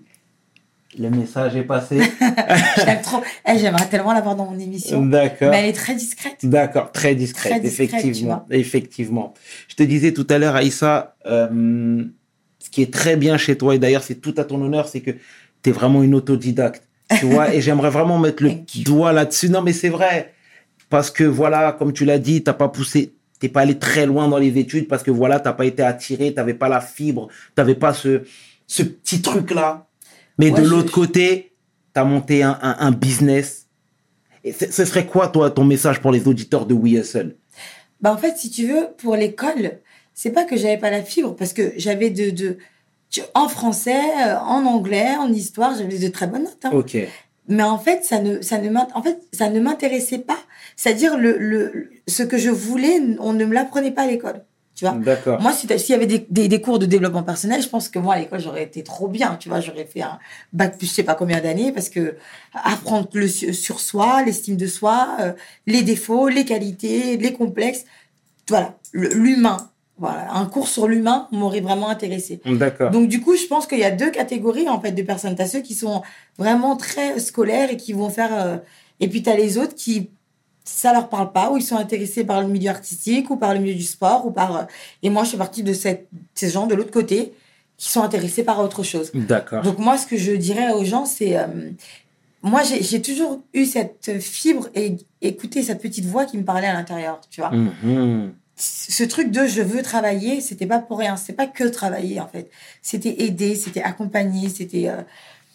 le message est passé. Je l'aime trop. Elle, j'aimerais tellement l'avoir dans mon émission. D'accord. Mais elle est très discrète. D'accord, très discrète, Très discrète, tu effectivement, vois. effectivement. Je te disais tout à l'heure, Aïssa, euh, ce qui est très bien chez toi, et d'ailleurs c'est tout à ton honneur, c'est que tu es vraiment une autodidacte, tu vois, et j'aimerais vraiment mettre le Thank you. doigt là-dessus. Non, mais c'est vrai, parce que voilà, comme tu l'as dit, t'as pas poussé, t'es pas allé très loin dans les études, parce que voilà, t'as pas été attiré, t'avais pas la fibre, t'avais pas ce, ce petit truc-là. Mais Ouais, de je- l'autre côté, t'as monté un, un, un business. Et ce ce serait quoi, toi, ton message pour les auditeurs de We Hustle? Bah, en fait, si tu veux, pour l'école, c'est pas que j'avais pas la fibre, parce que j'avais de, de, tu- en français, euh, en anglais, en histoire, j'avais de très bonnes notes, hein. Ok, Mais en fait, ça ne, ça ne m'int- en fait, ça ne m'intéressait pas. C'est-à-dire, le, le, ce que je voulais, on ne me l'apprenait pas à l'école. Tu vois? d'accord. Moi, si t'as- s'il y avait des, des, des cours de développement personnel, je pense que moi, à l'école, j'aurais été trop bien. Tu vois, j'aurais fait un bac plus je sais pas combien d'années parce que apprendre le su- sur soi, l'estime de soi, euh, les défauts, les qualités, les complexes. Voilà, le- l'humain. Voilà, un cours sur l'humain m'aurait vraiment intéressé. D'accord. Donc, du coup, je pense qu'il y a deux catégories, en fait, de personnes. T'as ceux qui sont vraiment très scolaires et qui vont faire... euh, Et puis, t'as les autres qui, ça leur parle pas, ou ils sont intéressés par le milieu artistique, ou par le milieu du sport, ou par... euh, Et moi, je fais partie de cette... ces gens de l'autre côté qui sont intéressés par autre chose. D'accord. Donc, moi, ce que je dirais aux gens, c'est... euh, Moi, j'ai j'ai toujours eu cette fibre et écouté cette petite voix qui me parlait à l'intérieur, tu vois. Mhm. Ce truc de je veux travailler, c'était pas pour rien. C'était pas que travailler, en fait. C'était aider, c'était accompagner, c'était euh,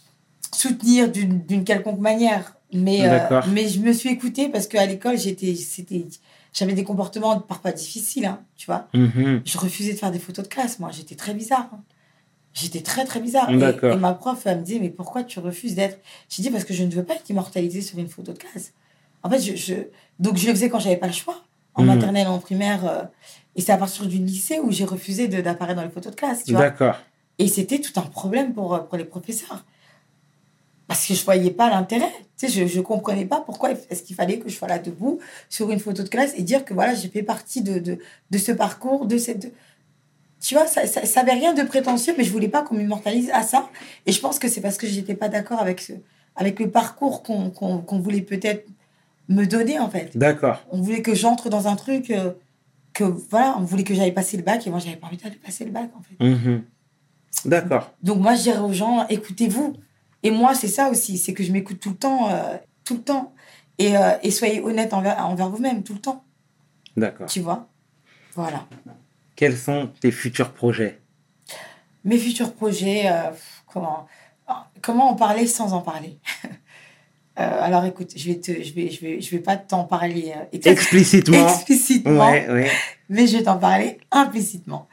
soutenir d'une d'une quelconque manière. Mais, euh, D'accord. mais je me suis écoutée parce qu'à l'école, j'étais, c'était, j'avais des comportements parfois difficiles, hein, tu vois. Mhm. Je refusais de faire des photos de classe, moi. J'étais très bizarre. hein. J'étais très, très bizarre. Et, D'accord. et ma prof, elle me disait, mais pourquoi tu refuses d'être... J'ai dit, parce que je ne veux pas être immortalisée sur une photo de classe. En fait, je, je... donc je le faisais quand j'avais pas le choix, en Mhm. maternelle, en primaire. euh, Et c'est à partir du lycée où j'ai refusé de- d'apparaître dans les photos de classe, tu vois. D'accord. Et c'était tout un problème pour, pour les professeurs. Parce que je voyais pas l'intérêt. Tu sais, je, je comprenais pas pourquoi est-ce qu'il fallait que je sois là debout sur une photo de classe et dire que voilà, j'ai fait partie de, de, de ce parcours, de cette... Tu vois, ça, ça, ça avait rien de prétentieux, mais je voulais pas qu'on m'immortalise à ça. Et je pense que c'est parce que j'étais pas d'accord avec, ce, avec le parcours qu'on, qu'on, qu'on voulait peut-être me donner, en fait. D'accord. On voulait que j'entre dans un truc... Euh, que, voilà, on voulait que j'aille passer le bac et moi, j'avais pas envie d'aller passer le bac, en fait. Mmh. D'accord. Donc, moi, je dirais aux gens, écoutez-vous. Et moi, c'est ça aussi, c'est que je m'écoute tout le temps, euh, tout le temps. Et, euh, et soyez honnête envers, envers vous-même, tout le temps. D'accord. Tu vois ? Voilà. Quels sont tes futurs projets ? Mes futurs projets, euh, comment, comment en parler sans en parler ? euh, Alors, écoute, je vais te, je vais, je vais, je vais pas t'en parler euh, explicitement. explicitement, ouais, ouais. mais je vais t'en parler implicitement.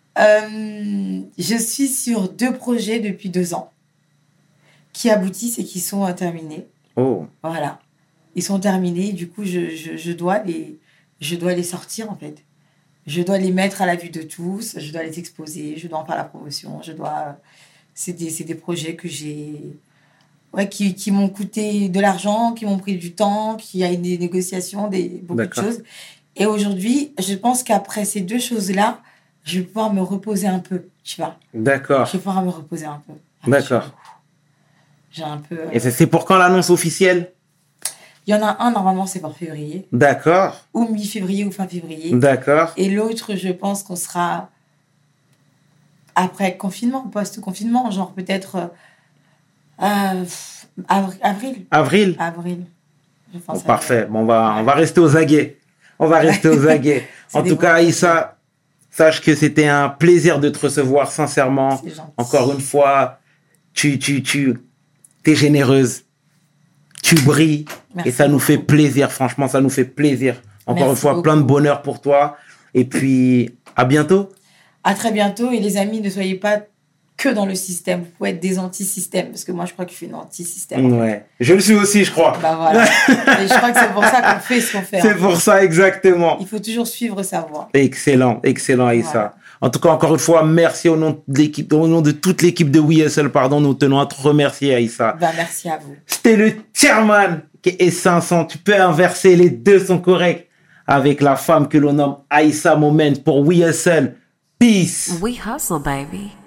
Euh, je suis sur deux projets depuis deux ans qui aboutissent et qui sont euh, terminés. Oh. Voilà. Ils sont terminés. Du coup, je, je, je, dois les, je dois les sortir, en fait. Je dois les mettre à la vue de tous. Je dois les exposer. Je dois en faire la promotion. Je dois... C'est des, c'est des projets que j'ai... Ouais, qui, qui m'ont coûté de l'argent, qui m'ont pris du temps, qui a eu des négociations, des, beaucoup D'accord. de choses. Et aujourd'hui, je pense qu'après ces deux choses-là, je vais pouvoir me reposer un peu, tu vois. D'accord. Je vais pouvoir me reposer un peu. D'accord. J'ai un peu... Euh... Et c'est pour quand l'annonce officielle ? Il y en a un, normalement, c'est pour février. D'accord. Ou mi-février ou fin février. D'accord. Et l'autre, je pense qu'on sera après confinement, post-confinement, genre peut-être euh, avril. Avril. Avril. Je pense bon, parfait. Bon, on va, on va rester aux aguets. On va rester aux aguets. En tout cas, Aïssa, sache que c'était un plaisir de te recevoir, sincèrement. C'est gentil. Encore une fois, tu, tu, tu, t'es généreuse. Tu brilles. Merci et ça beaucoup. Nous fait plaisir. Franchement, ça nous fait plaisir. Encore Merci une fois, beaucoup. Plein de bonheur pour toi. Et puis, à bientôt. À très bientôt. Et les amis, ne soyez pas que dans le système. Vous pouvez être des anti-systèmes. Parce que moi, je crois que je suis une anti-système. Ouais. Je le suis aussi, je crois. Bah voilà. Et je crois que c'est pour ça qu'on fait ce qu'on fait. C'est pour ça, exactement. Il faut toujours suivre sa voie. Excellent. Excellent, Aïssa. Voilà. En tout cas, encore une fois, merci au nom de l'équipe, au nom de toute l'équipe de We Hustle, pardon. Nous tenons à te remercier, Aïssa. Ben, merci à vous. C'était le chairman qui est cinq cents. Tu peux inverser, les deux sont corrects. Avec la femme que l'on nomme Aïssa Moment pour We Hustle. Peace. We hustle, baby.